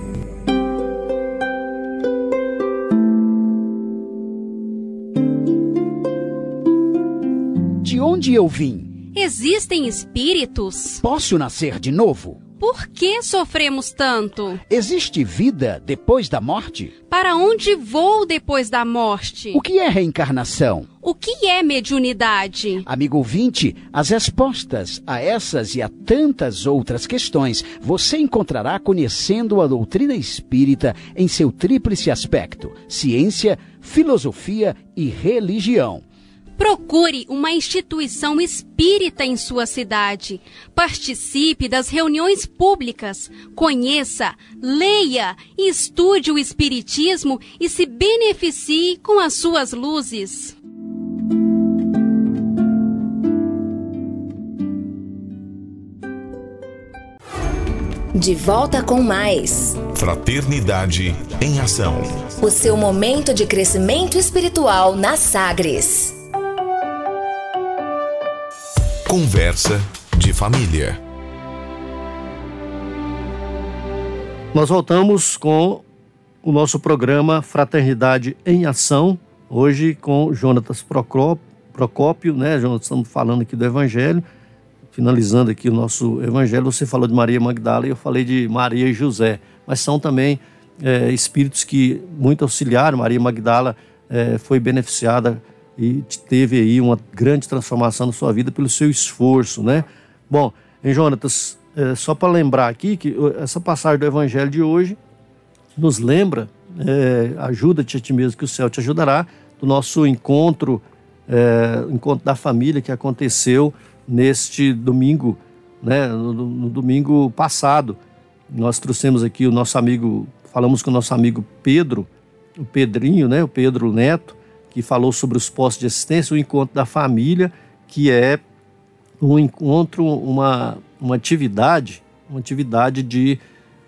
De onde eu vim? Existem espíritos? Posso nascer de novo? Por que sofremos tanto? Existe vida depois da morte? Para onde vou depois da morte? O que é reencarnação? O que é mediunidade? Amigo ouvinte, as respostas a essas e a tantas outras questões você encontrará conhecendo a doutrina espírita em seu tríplice aspecto: ciência, filosofia e religião. Procure uma instituição espírita em sua cidade. Participe das reuniões públicas. Conheça, leia e estude o espiritismo e se beneficie com as suas luzes. De volta com mais. Fraternidade em Ação. O seu momento de crescimento espiritual na Sagres. Conversa de família. Nós voltamos com o nosso programa Fraternidade em Ação, hoje com Jonatas Procópio, né, Jonatas? Estamos falando aqui do Evangelho, finalizando aqui o nosso Evangelho. Você falou de Maria Magdala e eu falei de Maria e José, mas são também espíritos que muito auxiliaram. Maria Magdala foi beneficiada e teve aí uma grande transformação na sua vida pelo seu esforço, né? Bom, em Jonatas, só para lembrar aqui que essa passagem do Evangelho de hoje nos lembra, ajuda-te a ti mesmo que o céu te ajudará, do nosso encontro da família que aconteceu neste domingo, né? No domingo passado. Nós trouxemos aqui o nosso amigo, falamos com o nosso amigo Pedro, o Pedrinho, né? O Pedro Neto, que falou sobre os postos de assistência, o encontro da família, que é um encontro, uma atividade de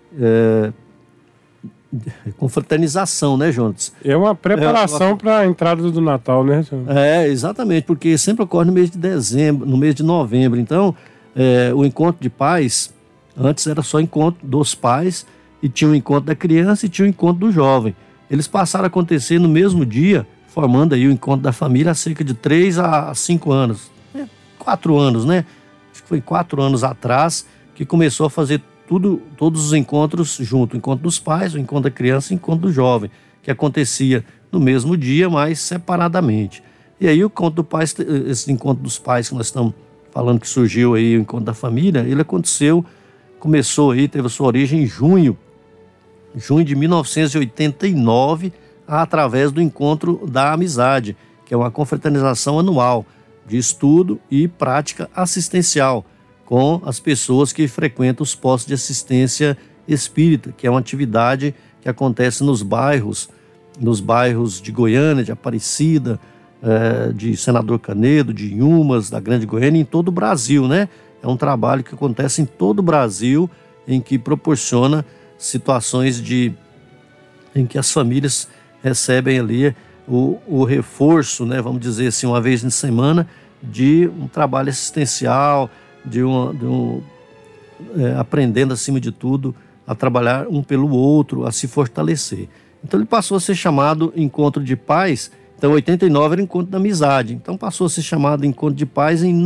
confraternização, né, Jonas? É uma preparação para a entrada do Natal, né, Jonas? Exatamente, porque sempre ocorre no mês de dezembro, no mês de novembro. Então, o encontro de pais, antes era só encontro dos pais, e tinha o encontro da criança e tinha o encontro do jovem. Eles passaram a acontecer no mesmo dia, formando aí o encontro da família há cerca de 3 a 5 anos. 4 anos, né? Acho que foi 4 anos atrás que começou a fazer todos os encontros junto. O encontro dos pais, o encontro da criança e o encontro do jovem, que acontecia no mesmo dia, mas separadamente. E aí o encontro do pai, esse encontro dos pais que nós estamos falando que surgiu aí, o encontro da família, ele começou aí, teve a sua origem em junho de 1989, através do Encontro da Amizade, que é uma confraternização anual de estudo e prática assistencial com as pessoas que frequentam os postos de assistência espírita, que é uma atividade que acontece nos bairros de Goiânia, de Aparecida, de Senador Canedo, de Inhumas, da Grande Goiânia, em todo o Brasil, né? É um trabalho que acontece em todo o Brasil, em que proporciona situações em que as famílias recebem ali o reforço, né, vamos dizer assim, uma vez na semana, de um trabalho assistencial, aprendendo acima de tudo a trabalhar um pelo outro, a se fortalecer. Então ele passou a ser chamado Encontro de Pais. Então 89 era Encontro da Amizade, então passou a ser chamado Encontro de Pais em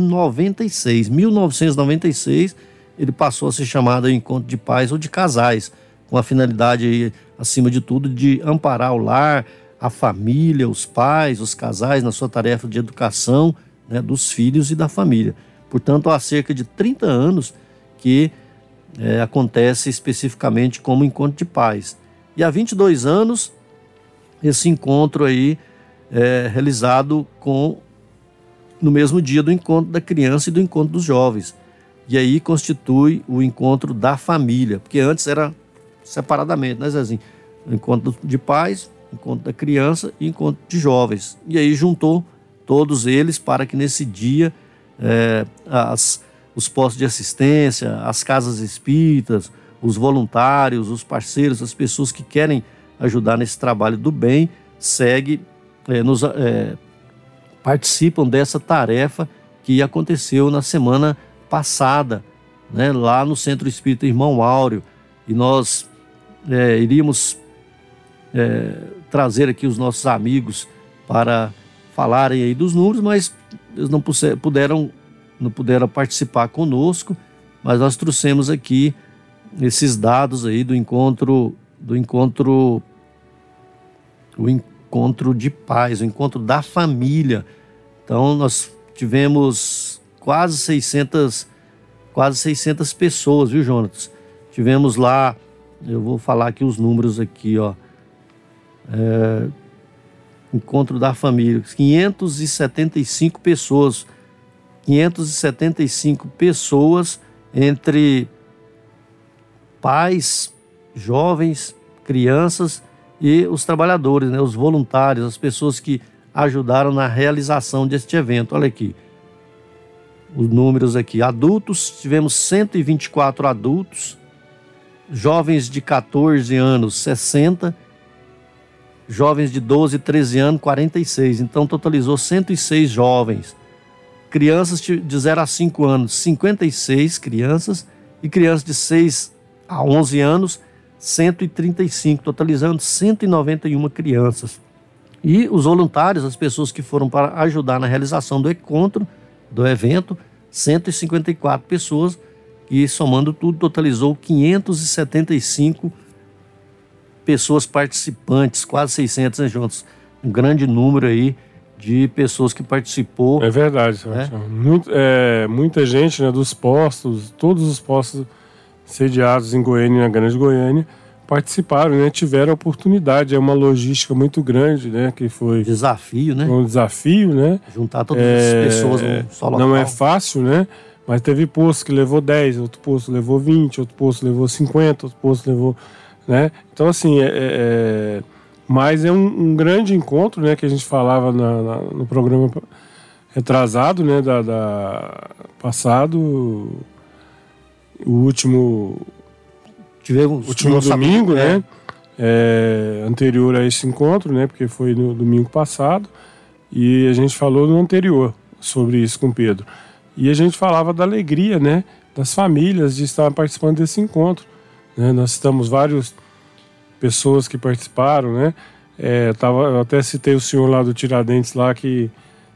1996, ele passou a ser chamado Encontro de Pais ou de Casais, com a finalidade, acima de tudo, de amparar o lar, a família, os pais, os casais na sua tarefa de educação, né, dos filhos e da família. Portanto, há cerca de 30 anos que acontece especificamente como Encontro de Pais. E há 22 anos, esse encontro aí é realizado no mesmo dia do encontro da criança e do encontro dos jovens. E aí constitui o encontro da família, porque antes era separadamente, né, Zezinho? Encontro de pais, encontro da criança e encontro de jovens. E aí juntou todos eles para que nesse dia os postos de assistência, as casas espíritas, os voluntários, os parceiros, as pessoas que querem ajudar nesse trabalho do bem, participam dessa tarefa que aconteceu na semana passada, né, lá no Centro Espírita Irmão Áureo, e nós iríamos trazer aqui os nossos amigos para falarem aí dos números, mas eles não puderam participar conosco, mas nós trouxemos aqui esses dados aí do encontro de paz, o encontro da família. Então nós tivemos quase 600 pessoas, viu, Jonatas? Tivemos lá, eu vou falar aqui os números aqui, ó. Encontro da família, 575 pessoas. 575 pessoas entre pais, jovens, crianças e os trabalhadores, né, os voluntários, as pessoas que ajudaram na realização deste evento. Olha aqui, os números aqui. Adultos, tivemos 124 adultos, jovens de 14 anos, 60, jovens de 12 e 13 anos, 46. Então, totalizou 106 jovens. Crianças de 0 a 5 anos, 56 crianças. E crianças de 6 a 11 anos, 135, totalizando 191 crianças. E os voluntários, as pessoas que foram para ajudar na realização do encontro, do evento, 154 pessoas. E somando tudo, totalizou 575 pessoas participantes, quase 600, né, juntos. Um grande número aí de pessoas que participou. É verdade, Sebastião. Muita gente, né, dos postos, todos os postos sediados em Goiânia, na Grande Goiânia, participaram, né, tiveram a oportunidade. É uma logística muito grande, né, que foi... Desafio, né? Um desafio, né? Juntar todas as pessoas num só local. Não é fácil, né? Mas teve posto que levou 10, outro posto levou 20, outro posto levou 50, outro posto levou... Né? Então, assim, mas é um grande encontro, né, que a gente falava no programa retrasado, né, passado, o último domingo, né, anterior a esse encontro, né, porque foi no domingo passado, e a gente falou no anterior sobre isso com o Pedro. E a gente falava da alegria, né, das famílias de estar participando desse encontro. Nós citamos várias pessoas que participaram, né? Eu até citei o senhor lá do Tiradentes, lá que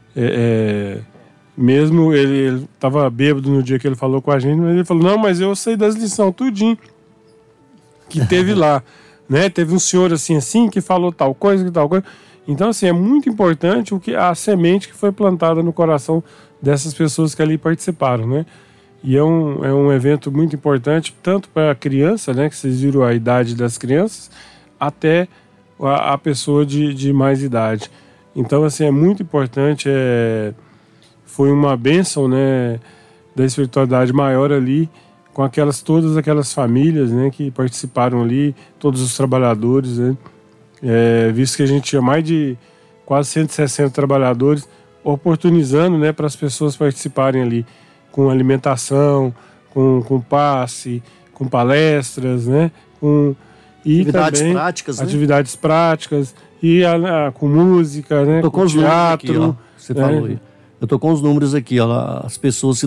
mesmo ele estava bêbado no dia que ele falou com a gente, mas ele falou, não, mas eu sei das lições tudinho que teve lá, né? Teve um senhor assim que falou tal coisa, tal coisa. Então, assim, é muito importante a semente que foi plantada no coração dessas pessoas que ali participaram, né? E é um evento muito importante, tanto para a criança, né, que vocês viram a idade das crianças, até a pessoa de mais idade. Então, assim, é muito importante, foi uma bênção, né, da espiritualidade maior ali, com todas aquelas famílias, né, que participaram ali, todos os trabalhadores, né, visto que a gente tinha mais de quase 160 trabalhadores, oportunizando, né, para as pessoas participarem ali, com alimentação, com passe, com palestras, né? Atividades práticas e com música, né? Tô com os teatro. Aqui, ó, você falou aí. Eu tô com os números aqui, ó, as pessoas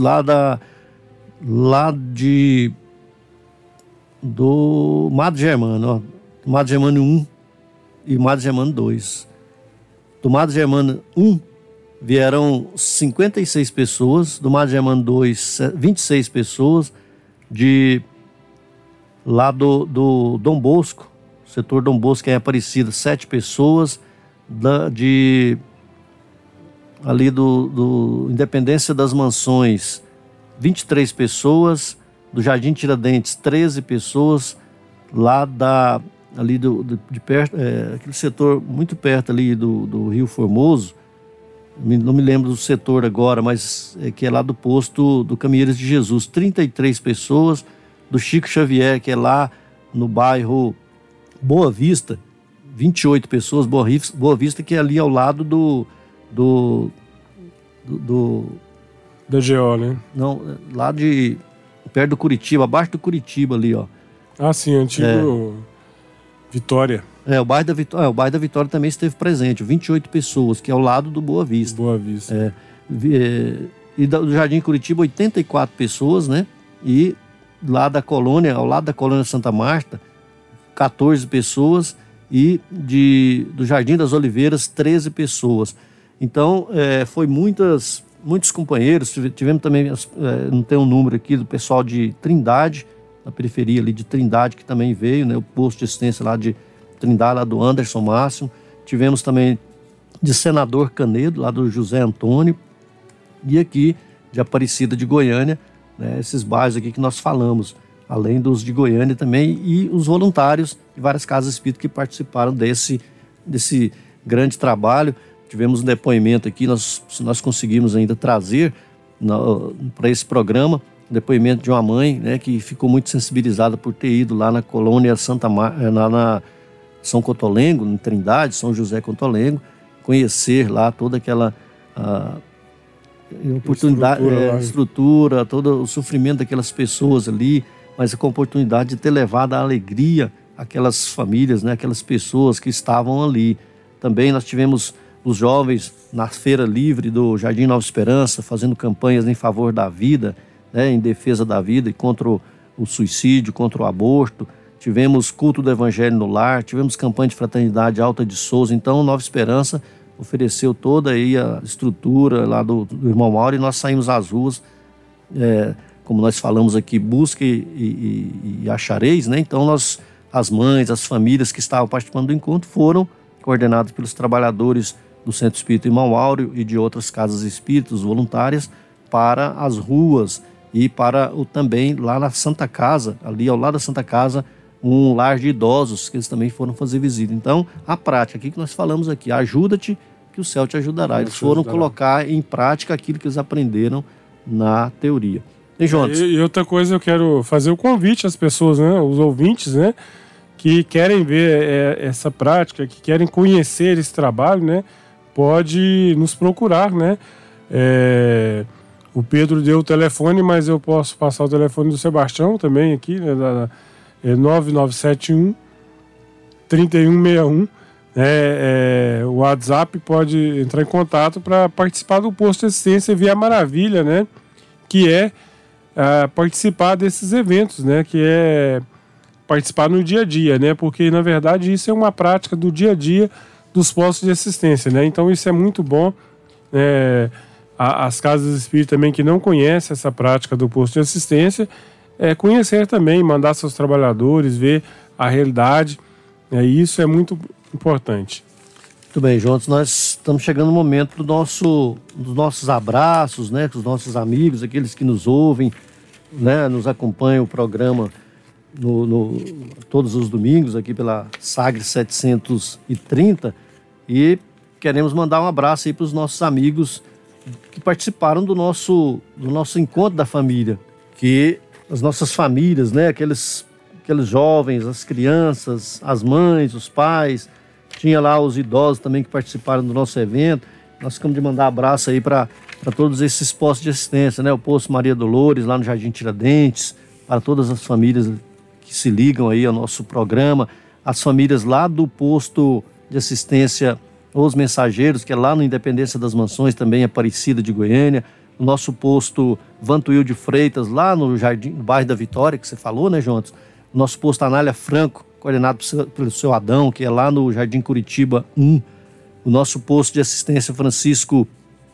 do Madre Germano, ó, Madre Germano 1 e Madre Germano 2. Do Madre Germano 1 vieram 56 pessoas, do Madre Germano 2, 26 pessoas, lá do Dom Bosco, setor Dom Bosco, que é Aparecida, 7 pessoas, ali do Independência das Mansões, 23 pessoas, do Jardim Tiradentes, 13 pessoas, lá ali de perto, aquele setor muito perto ali do Rio Formoso, não me lembro do setor agora, mas que é lá do posto do Caminheiros de Jesus, 33 pessoas, do Chico Xavier, que é lá no bairro Boa Vista, 28 pessoas, Boa Vista, que é ali ao lado da GO, né? Não, lá perto do Curitiba, abaixo do Curitiba ali, ó. Ah, sim, antigo Vitória. O bairro da Vitória também esteve presente, 28 pessoas, que é ao lado do Boa Vista. Boa Vista. E do Jardim Curitiba, 84 pessoas, né? E lá da colônia, ao lado da colônia Santa Marta, 14 pessoas. E do Jardim das Oliveiras, 13 pessoas. Então, foi muitos companheiros. Tivemos também, não tem um número aqui, do pessoal de Trindade, na periferia ali de Trindade, que também veio, né? O posto de assistência lá de Trindade, lá do Anderson Máximo. Tivemos também de Senador Canedo, lá do José Antônio. E aqui de Aparecida de Goiânia, né? Esses bairros aqui que nós falamos, além dos de Goiânia também, e os voluntários de várias casas espíritas que participaram desse grande trabalho. Tivemos um depoimento aqui, se nós conseguimos ainda trazer para esse programa, um depoimento de uma mãe, né, que ficou muito sensibilizada por ter ido lá na colônia na São Cotolengo, em Trindade, São José Cotolengo, conhecer lá toda aquela oportunidade, estrutura, todo o sofrimento daquelas pessoas ali, mas com a oportunidade de ter levado a alegria àquelas famílias, né, aquelas pessoas que estavam ali. Também nós tivemos os jovens na Feira Livre do Jardim Nova Esperança, fazendo campanhas em favor da vida, né, em defesa da vida e contra o suicídio, contra o aborto. Tivemos culto do Evangelho no lar, tivemos campanha de fraternidade Alta de Souza. Então, Nova Esperança ofereceu toda aí a estrutura lá do irmão Mauro, e nós saímos às ruas, como nós falamos aqui, busque e achareis, né? Então, as mães, as famílias que estavam participando do encontro foram coordenadas pelos trabalhadores do Centro Espírita Irmão Áureo e de outras casas espíritas voluntárias para as ruas e para também lá na Santa Casa, ali ao lado da Santa Casa, um lar de idosos que eles também foram fazer visita. Então, a prática aqui que nós falamos aqui, ajuda-te que o céu te ajudará. Eles foram colocar em prática aquilo que eles aprenderam na teoria. E, Jonas? E outra coisa, eu quero fazer o convite às pessoas, né, os ouvintes, né, que querem ver essa prática, que querem conhecer esse trabalho, né, pode nos procurar, né. O Pedro deu o telefone, mas eu posso passar o telefone do Sebastião também aqui, né, 9971 3161. O WhatsApp, pode entrar em contato para participar do posto de assistência via Maravilha, né, que é participar desses eventos, né, que é participar no dia a dia, né, porque na verdade isso é uma prática do dia a dia dos postos de assistência, né, então isso é muito bom. As casas espíritas também que não conhecem essa prática do posto de assistência, conhecer também, mandar seus trabalhadores, ver a realidade, e isso é muito importante. Muito bem, Jonas, nós estamos chegando no momento dos nossos abraços, né, com os nossos amigos, aqueles que nos ouvem, né, nos acompanham o programa todos os domingos aqui pela Sagre 730, e queremos mandar um abraço aí para os nossos amigos que participaram do nosso encontro da família, que as nossas famílias, né, aqueles jovens, as crianças, as mães, os pais, tinha lá os idosos também que participaram do nosso evento. Nós ficamos de mandar abraço aí para todos esses postos de assistência, né, o posto Maria Dolores lá no Jardim Tiradentes, para todas as famílias que se ligam aí ao nosso programa, as famílias lá do posto de assistência Os Mensageiros, que é lá no Independência das Mansões, também Aparecida de Goiânia, o nosso posto Vantuil de Freitas, lá no bairro da Vitória, que você falou, né, Jonas? O nosso posto Anália Franco, coordenado pelo seu Adão, que é lá no Jardim Curitiba 1. O nosso posto de assistência Francisco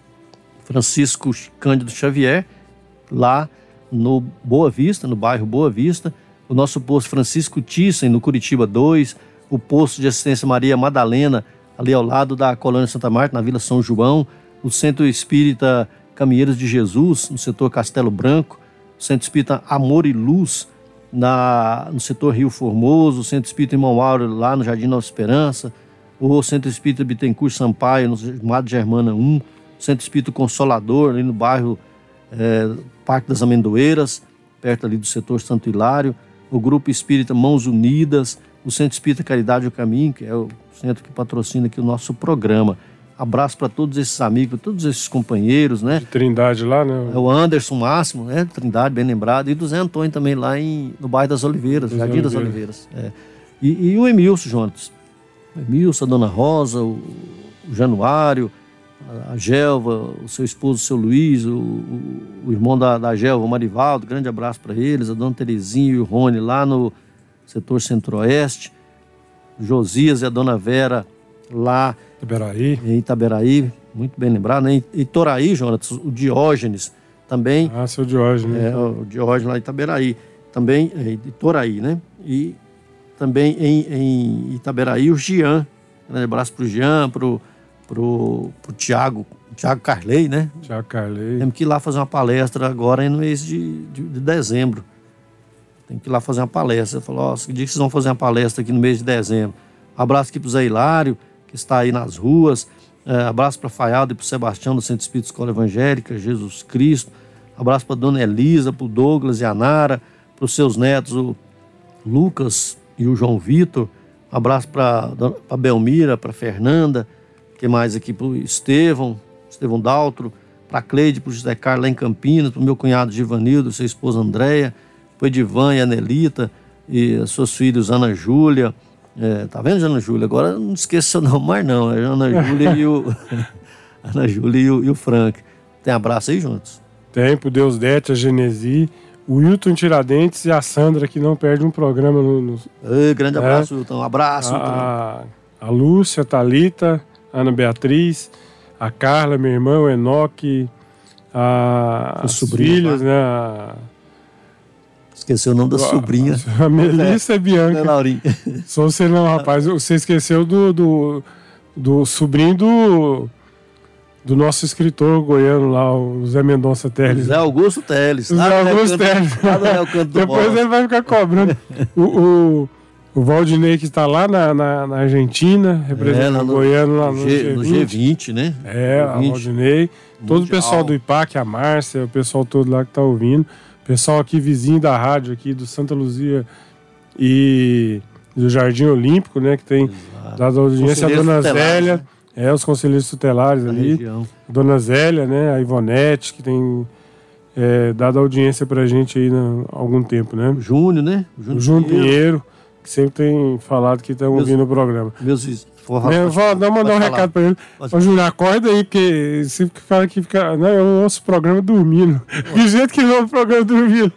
Cândido Xavier, lá no Boa Vista, no bairro Boa Vista. O nosso posto Francisco Thyssen, no Curitiba 2. O posto de assistência Maria Madalena, ali ao lado da colônia Santa Marta, na Vila São João. O Centro Espírita Caminheiros de Jesus, no setor Castelo Branco. O Centro Espírita Amor e Luz, no setor Rio Formoso. O Centro Espírita Irmão Áureo, lá no Jardim Nova Esperança. O Centro Espírita Bittencourt Sampaio, no Mato Germana 1. O Centro Espírita Consolador, ali no bairro Parque das Amendoeiras, perto ali do setor Santo Hilário. O Grupo Espírita Mãos Unidas. O Centro Espírita Caridade do Caminho, que é o centro que patrocina aqui o nosso programa. Abraço para todos esses amigos, todos esses companheiros, né? De Trindade lá, né? É o Anderson Máximo, né? Trindade, bem lembrado. E do Zé Antônio também, lá no bairro das Oliveiras, Jardim das Oliveiras. E o Emilson, Jonas. O Emilson, a Dona Rosa, o Januário, a Gelva, o seu esposo, o seu Luiz, o irmão da Gelva, o Marivaldo, grande abraço para eles, a dona Terezinha e o Rony lá no setor centro-oeste, o Josias e a dona Vera lá em Itaberaí, muito bem lembrado, né? Em Itoraí, Jonas, o Diógenes também. Ah, seu Diógenes. O Diógenes lá em Itaberaí, também, Itoraí, né? E também em Itaberaí, o Jean, grande abraço para o Jean, pro Tiago Carley, né? Tiago Carley. Temos que ir lá fazer uma palestra agora no mês de dezembro. Tem que ir lá fazer uma palestra. Ele falou, que dia que vocês vão fazer uma palestra aqui no mês de dezembro? Um abraço aqui pro Zé Hilário, que está aí nas ruas. Abraço para Faiado e pro Sebastião do Centro Espírita Escola Evangélica, Jesus Cristo. Abraço para dona Elisa, pro Douglas e a Nara, pros seus netos, o Lucas e o João Vitor. Um abraço para Belmira, para Fernanda. Que mais aqui? Pro Estevão Daltro, para Cleide, pro José Carlos lá em Campinas, pro meu cunhado Givanildo, sua esposa Andréia, pro Edivan e a Nelita, e as suas filhas Ana Júlia. Tá vendo, Ana Júlia? Agora não esqueça seu nome mais não, é Ana Júlia Ana Júlia e o Frank. Tem abraço aí juntos? Tem, pro Deus Dete, a Genesi, o Wilton Tiradentes e a Sandra, que não perde um programa grande abraço, Wilton. Um abraço, Wilton. A Lúcia, a Thalita, a Ana Beatriz, a Carla, minha irmã, o Enoque, as filhas, né? Esqueceu o nome da sobrinha. A Melissa e a Bianca. Laurinha. Só você não, rapaz. Você esqueceu do sobrinho do nosso escritor goiano lá, o Zé Mendonça Teles. Zé Augusto Teles. Zé Augusto Teles. Depois ele vai ficar cobrando. O Valdinei, que está lá na Argentina, representando o goiano lá no G20, né? O Valdinei. Todo o pessoal do IPAC, a Márcia, o pessoal todo lá que está ouvindo. Pessoal aqui vizinho da rádio aqui do Santa Luzia e do Jardim Olímpico, né? Que tem dado audiência a Dona Zélia, os conselheiros tutelares ali. Região. A Dona Zélia, né? A Ivonete, que tem dado audiência pra gente aí há algum tempo, né? O Júnior, né? O Júnior Pinheiro, que sempre tem falado que estão ouvindo o programa. Vou mandar um recado pra ele. Ô, Júnior, acorda aí, porque sempre fala que fica. Não, eu ouço o programa dormindo. Que jeito que ele ouve o programa dormindo.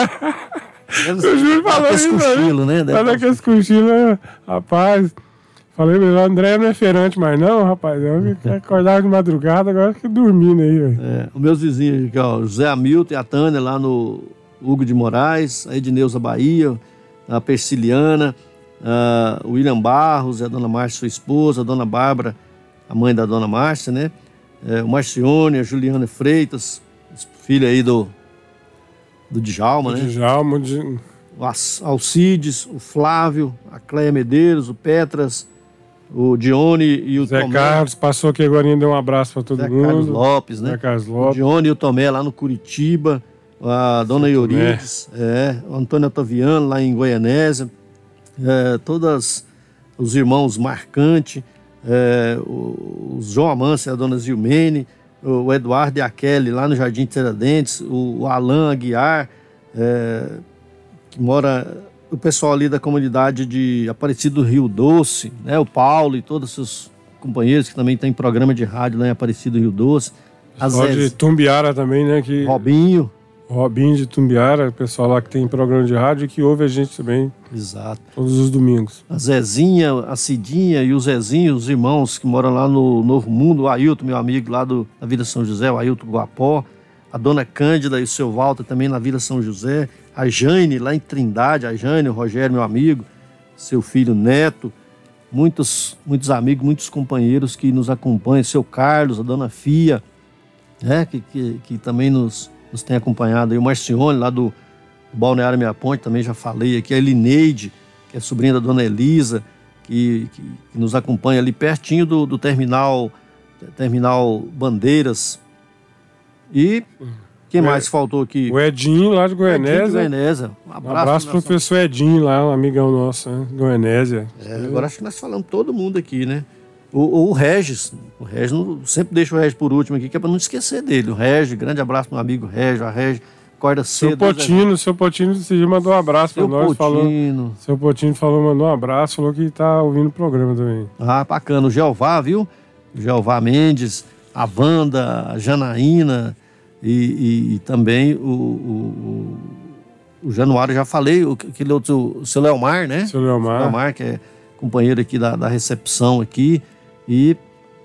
O Júnior falou isso aí. Né? Olha que esse cochilo, rapaz. Falei, o André não é feirante mais não, rapaz. Eu acordava de madrugada, agora fica dormindo aí, velho. Os meus vizinhos aqui, ó, José Hamilton e a Tânia lá no Hugo de Moraes, a Edneuza Bahia, a Persiliana, o William Barros, a dona Márcia, sua esposa, a dona Bárbara, a mãe da dona Márcia, né? O Marcione, a Juliana Freitas, filha aí do Djalma, né? Djalma, o Alcides, o Flávio, a Cléia Medeiros, o Petras, o Dione e o Zé Tomé. Carlos passou aqui agora, deu um abraço para todo mundo. Carlos Lopes, né? Zé Carlos Lopes. O Dione e o Tomé lá no Curitiba, a dona Eurides, o Antônio Otaviano lá em Goianésia, todos os irmãos Marcante, o João Amância e a dona Zilmene, o Eduardo e a Kelly lá no Jardim Tiradentes, o Alain Aguiar, que mora, o pessoal ali da comunidade de Aparecido do Rio Doce, né? O Paulo e todos os seus companheiros que também tem programa de rádio lá em Aparecido do Rio Doce. De Tumbiara também, né? Robinho de Tumbiara, o pessoal lá que tem programa de rádio e que ouve a gente também. Exato. Todos os domingos. A Zezinha, a Cidinha e o Zezinho, os irmãos que moram lá no Novo Mundo, o Ailton, meu amigo lá da Vila São José, o Ailton Guapó, a dona Cândida e o seu Walter também na Vila São José, a Jane lá em Trindade, a Jane, o Rogério, meu amigo, seu filho Neto, muitos amigos, muitos companheiros que nos acompanham, seu Carlos, a dona Fia, né, que também nos tem acompanhado aí, o Marcione lá do Balneário Meia Ponte, também já falei aqui, a Elineide, que é sobrinha da dona Elisa, que nos acompanha ali pertinho do terminal Bandeiras. E quem mais faltou aqui? O Edinho lá de Goianésia. Um abraço pro professor Edinho lá, um amigão nosso, né? Goianésia. Agora acho que nós falamos todo mundo aqui, né? O Regis sempre deixa o Regis por último aqui, que é para não esquecer dele. O Regis, grande abraço pro meu amigo Regis, a Regis acorda cedo. Seu Potino esse dia mandou um abraço para nós. Seu Potino mandou um abraço, falou que tá ouvindo o programa também. Ah, bacana. O Jeová, viu? O Jeová Mendes, a Wanda, a Janaína e também o Januário, já falei, aquele outro, o seu Leomar, né? Seu Leomar, que é companheiro aqui da recepção aqui, e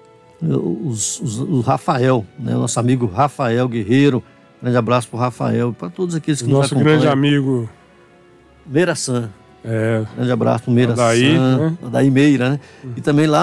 o Rafael, né? Nosso amigo Rafael Guerreiro. Grande abraço para o Rafael e para todos aqueles que nos acompanham. Nosso grande amigo Meira San. É. Grande abraço para o Meira San, né? Daí Meira, né? E também lá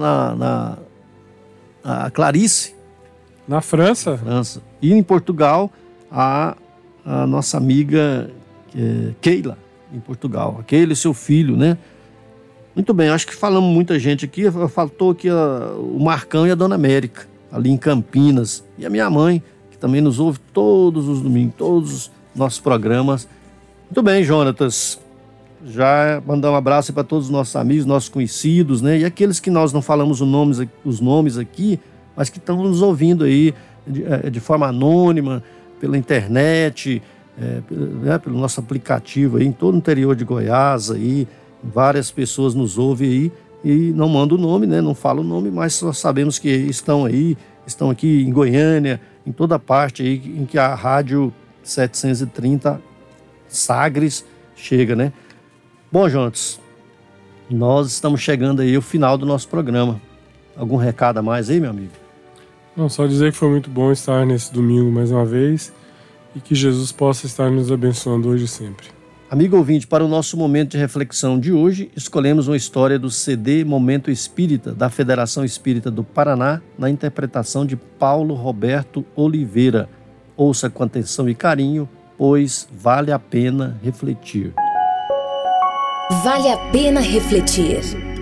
a Clarice. Na França. E em Portugal, a nossa amiga Keila, em Portugal. A Keila e seu filho, né? Muito bem, acho que falamos muita gente aqui. Faltou aqui o Marcão e a Dona América, ali em Campinas. E a minha mãe, que também nos ouve todos os domingos, todos os nossos programas. Muito bem, Jonatas. Já mandar um abraço para todos os nossos amigos, nossos conhecidos, né? E aqueles que nós não falamos os nomes aqui, mas que estão nos ouvindo aí de forma anônima, pela internet, pelo nosso aplicativo aí, em todo o interior de Goiás aí. Várias pessoas nos ouvem aí e não mandam o nome, né? Não falam o nome, mas só sabemos que estão aqui em Goiânia, em toda parte aí em que a Rádio 730 Sagres chega, né? Bom, Jonas, nós estamos chegando aí ao final do nosso programa. Algum recado a mais aí, meu amigo? Não, só dizer que foi muito bom estar nesse domingo mais uma vez e que Jesus possa estar nos abençoando hoje e sempre. Amigo ouvinte, para o nosso momento de reflexão de hoje, escolhemos uma história do CD Momento Espírita, da Federação Espírita do Paraná, na interpretação de Paulo Roberto Oliveira. Ouça com atenção e carinho, pois vale a pena refletir. Vale a pena refletir.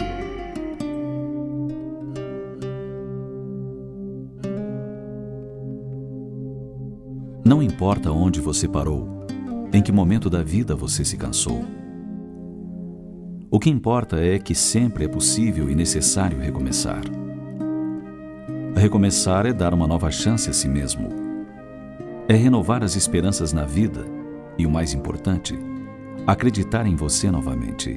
Não importa onde você parou, em que momento da vida você se cansou. O que importa é que sempre é possível e necessário recomeçar. Recomeçar é dar uma nova chance a si mesmo. É renovar as esperanças na vida e, o mais importante, acreditar em você novamente.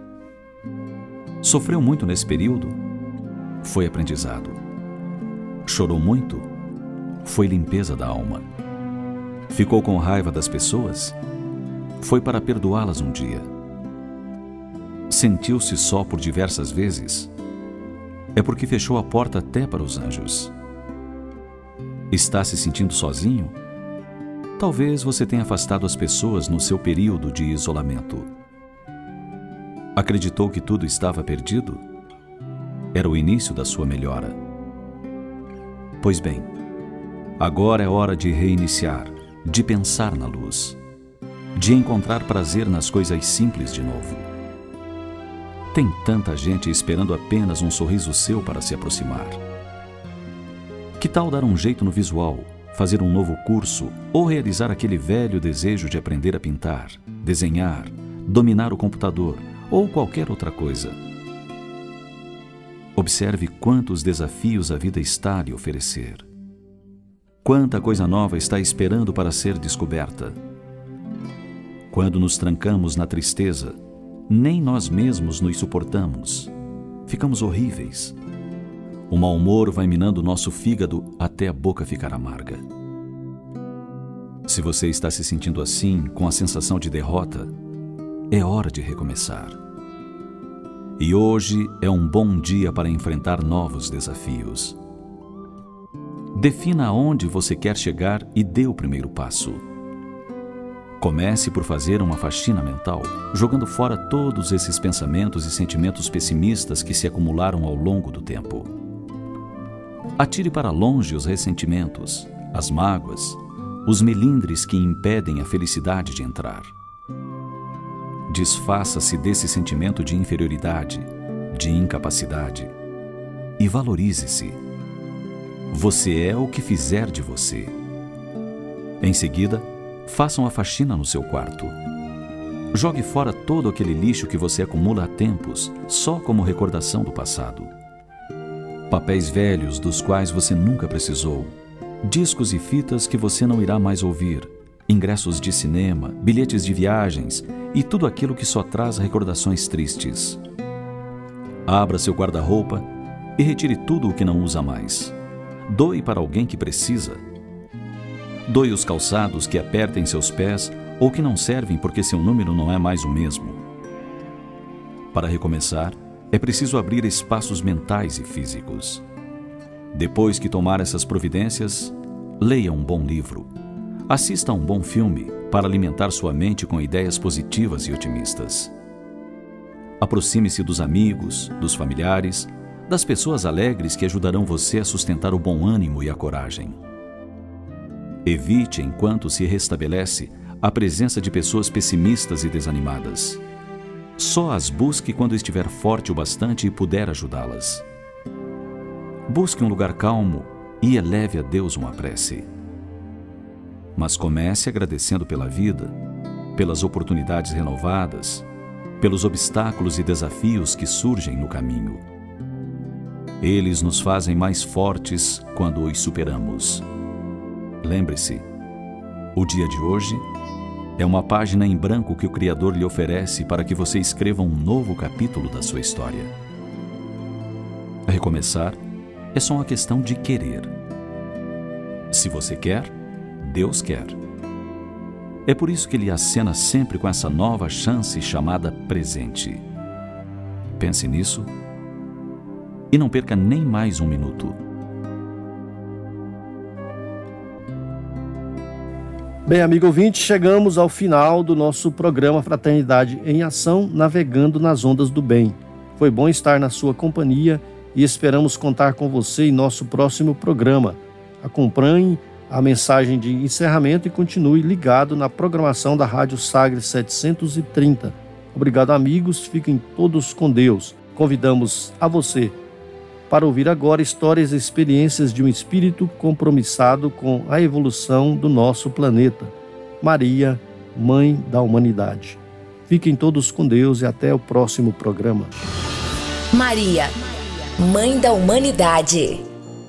Sofreu muito nesse período? Foi aprendizado. Chorou muito? Foi limpeza da alma. Ficou com raiva das pessoas? Foi para perdoá-las um dia. Sentiu-se só por diversas vezes? É porque fechou a porta até para os anjos. Está se sentindo sozinho? Talvez você tenha afastado as pessoas no seu período de isolamento. Acreditou que tudo estava perdido? Era o início da sua melhora. Pois bem, agora é hora de reiniciar, de pensar na luz, de encontrar prazer nas coisas simples de novo. Tem tanta gente esperando apenas um sorriso seu para se aproximar. Que tal dar um jeito no visual, fazer um novo curso ou realizar aquele velho desejo de aprender a pintar, desenhar, dominar o computador ou qualquer outra coisa? Observe quantos desafios a vida está a lhe oferecer. Quanta coisa nova está esperando para ser descoberta. Quando nos trancamos na tristeza, nem nós mesmos nos suportamos. Ficamos horríveis. O mau humor vai minando nosso fígado até a boca ficar amarga. Se você está se sentindo assim, com a sensação de derrota, é hora de recomeçar. E hoje é um bom dia para enfrentar novos desafios. Defina aonde você quer chegar e dê o primeiro passo. Comece por fazer uma faxina mental, jogando fora todos esses pensamentos e sentimentos pessimistas que se acumularam ao longo do tempo. Atire para longe os ressentimentos, as mágoas, os melindres que impedem a felicidade de entrar. Desfaça-se desse sentimento de inferioridade, de incapacidade, e valorize-se. Você é o que fizer de você. Em seguida, faça uma faxina no seu quarto. Jogue fora todo aquele lixo que você acumula há tempos, só como recordação do passado. Papéis velhos dos quais você nunca precisou, discos e fitas que você não irá mais ouvir, ingressos de cinema, bilhetes de viagens e tudo aquilo que só traz recordações tristes. Abra seu guarda-roupa e retire tudo o que não usa mais. doe para alguém que precisa. Doe os calçados que apertem seus pés ou que não servem porque seu número não é mais o mesmo. Para recomeçar, é preciso abrir espaços mentais e físicos. Depois que tomar essas providências, leia um bom livro. Assista a um bom filme para alimentar sua mente com ideias positivas e otimistas. Aproxime-se dos amigos, dos familiares, das pessoas alegres que ajudarão você a sustentar o bom ânimo e a coragem. Evite, enquanto se restabelece, a presença de pessoas pessimistas e desanimadas. Só as busque quando estiver forte o bastante e puder ajudá-las. Busque um lugar calmo e eleve a Deus uma prece. Mas comece agradecendo pela vida, pelas oportunidades renovadas, pelos obstáculos e desafios que surgem no caminho. Eles nos fazem mais fortes quando os superamos. Lembre-se, o dia de hoje é uma página em branco que o Criador lhe oferece para que você escreva um novo capítulo da sua história. Recomeçar é só uma questão de querer. Se você quer, Deus quer. É por isso que Ele acena sempre com essa nova chance chamada presente. Pense nisso e não perca nem mais um minuto. Bem, amigo ouvinte, chegamos ao final do nosso programa Fraternidade em Ação, navegando nas ondas do bem. Foi bom estar na sua companhia e esperamos contar com você em nosso próximo programa. Acompanhe a mensagem de encerramento e continue ligado na programação da Rádio Sagres 730. Obrigado, amigos. Fiquem todos com Deus. Convidamos a você para ouvir agora histórias e experiências de um espírito compromissado com a evolução do nosso planeta. Maria, Mãe da Humanidade. Fiquem todos com Deus e até o próximo programa. Maria, Mãe da Humanidade.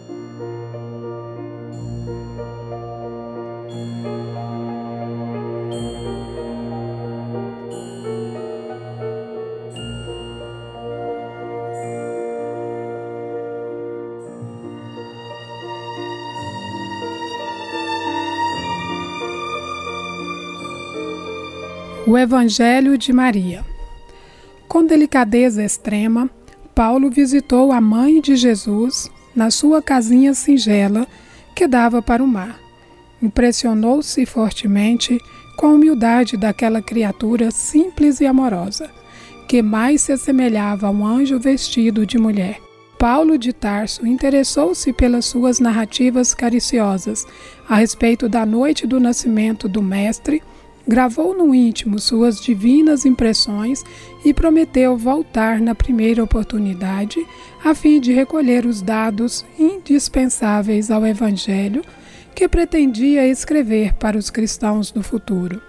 O Evangelho de Maria. Com delicadeza extrema, Paulo visitou a mãe de Jesus na sua casinha singela que dava para o mar. Impressionou-se fortemente com a humildade daquela criatura simples e amorosa, que mais se assemelhava a um anjo vestido de mulher. Paulo de Tarso interessou-se pelas suas narrativas cariciosas a respeito da noite do nascimento do Mestre, gravou no íntimo suas divinas impressões e prometeu voltar na primeira oportunidade a fim de recolher os dados indispensáveis ao Evangelho que pretendia escrever para os cristãos do futuro.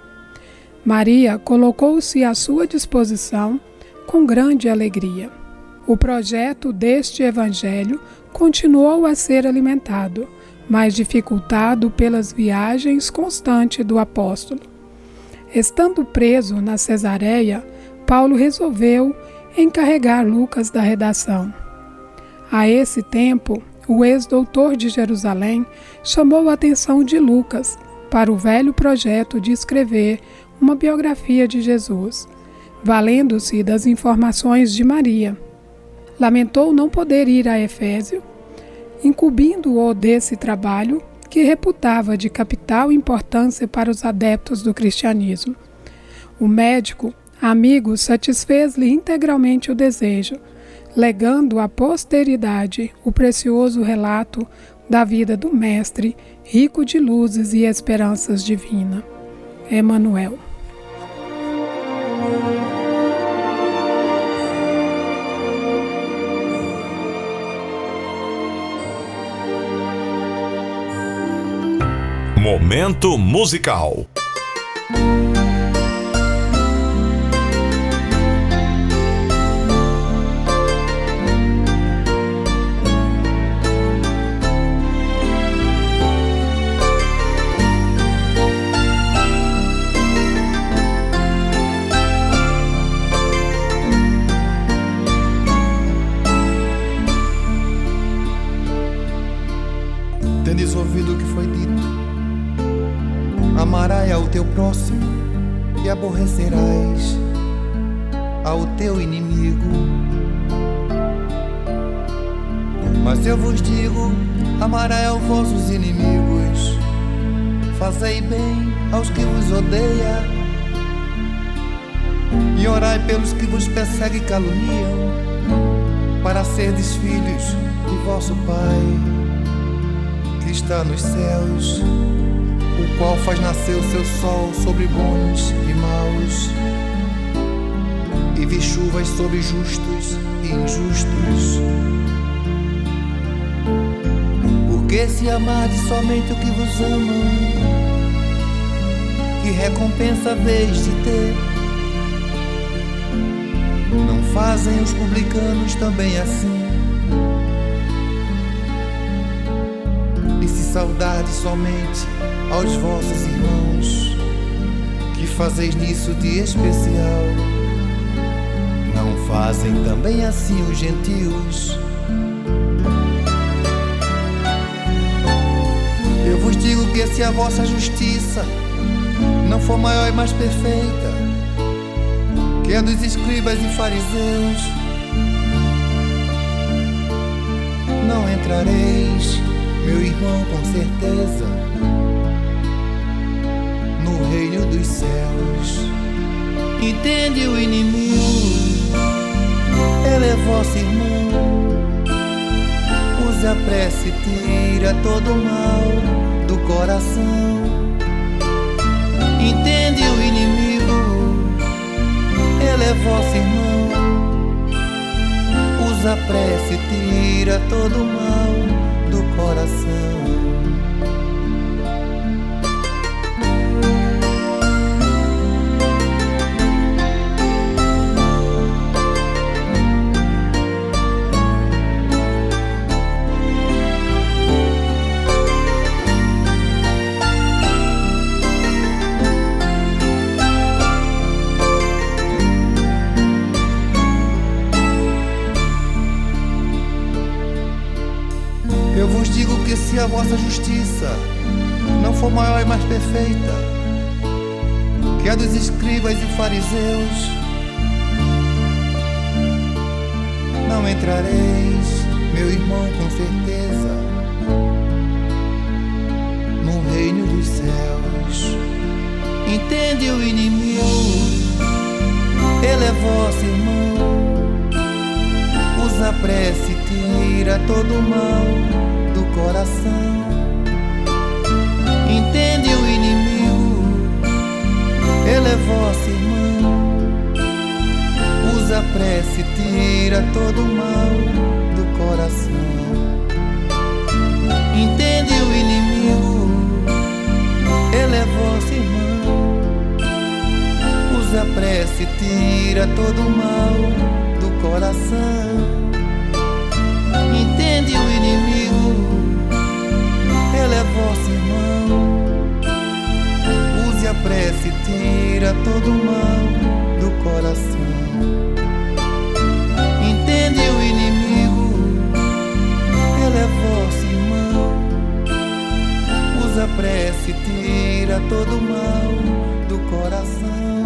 Maria colocou-se à sua disposição com grande alegria. O projeto deste Evangelho continuou a ser alimentado, mas dificultado pelas viagens constantes do apóstolo. Estando preso na Cesareia, Paulo resolveu encarregar Lucas da redação. A esse tempo, o ex-doutor de Jerusalém chamou a atenção de Lucas para o velho projeto de escrever uma biografia de Jesus, valendo-se das informações de Maria. Lamentou não poder ir a Efésio, incumbindo-o desse trabalho que reputava de capital importância para os adeptos do cristianismo. O médico, amigo, satisfez-lhe integralmente o desejo, legando à posteridade o precioso relato da vida do Mestre, rico de luzes e esperanças divinas. Emmanuel. Momento musical. Amarás ao teu próximo e aborrecerás ao teu inimigo. Mas eu vos digo, amarás aos vossos inimigos, fazei bem aos que vos odeiam, e orai pelos que vos perseguem e caluniam, para serdes filhos de vosso Pai, que está nos céus, o qual faz nascer o seu sol sobre bons e maus, e vi chuvas sobre justos e injustos. Porque se amardes somente o que vos amam, que recompensa haveis de ter? Não fazem os publicanos também assim? E se saudardes somente aos vossos irmãos, que fazeis nisso de especial, não fazem também assim os gentios? Eu vos digo que se a vossa justiça não for maior e mais perfeita que a dos escribas e fariseus, não entrareis, meu irmão, com certeza, no reino dos céus. Entende o inimigo, ele é vosso irmão. Use a prece e tira todo o mal do coração. Entende o inimigo, ele é vosso irmão. Usa a prece e tira todo o mal do coração. Eu vos digo que se a vossa justiça não for maior e mais perfeita que a dos escribas e fariseus, não entrareis, meu irmão, com certeza, no reino dos céus. Entende o inimigo, ele é vosso irmão. Usa a prece e tira todo o mal do coração. Entende o inimigo, ele é vosso irmão. Usa a prece e tira todo o mal do coração. Entende o inimigo, ele é vosso irmão. Usa a prece e tira todo o mal do coração. Entende o inimigo, ele é vosso irmão. Use a prece e tira todo o mal do coração. Entende o inimigo, ele é vosso irmão. Usa a prece e tira todo o mal do coração.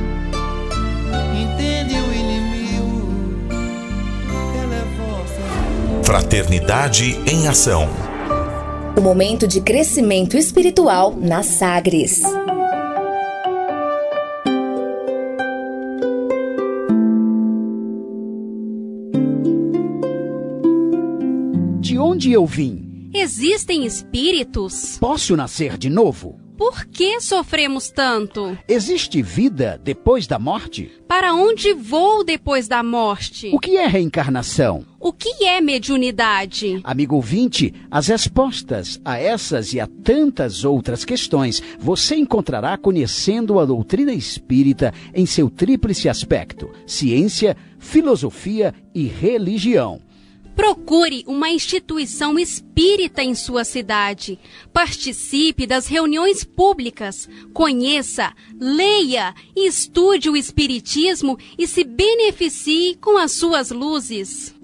Entende o inimigo, ele é vosso irmão. Fraternidade em Ação. O momento de crescimento espiritual na Sagres. De onde eu vim? Existem espíritos? Posso nascer de novo? Por que sofremos tanto? Existe vida depois da morte? Para onde vou depois da morte? O que é reencarnação? O que é mediunidade? Amigo ouvinte, as respostas a essas e a tantas outras questões você encontrará conhecendo a doutrina espírita em seu tríplice aspecto: ciência, filosofia e religião. Procure uma instituição espírita em sua cidade. Participe das reuniões públicas. Conheça, leia e estude o espiritismo e se beneficie com as suas luzes.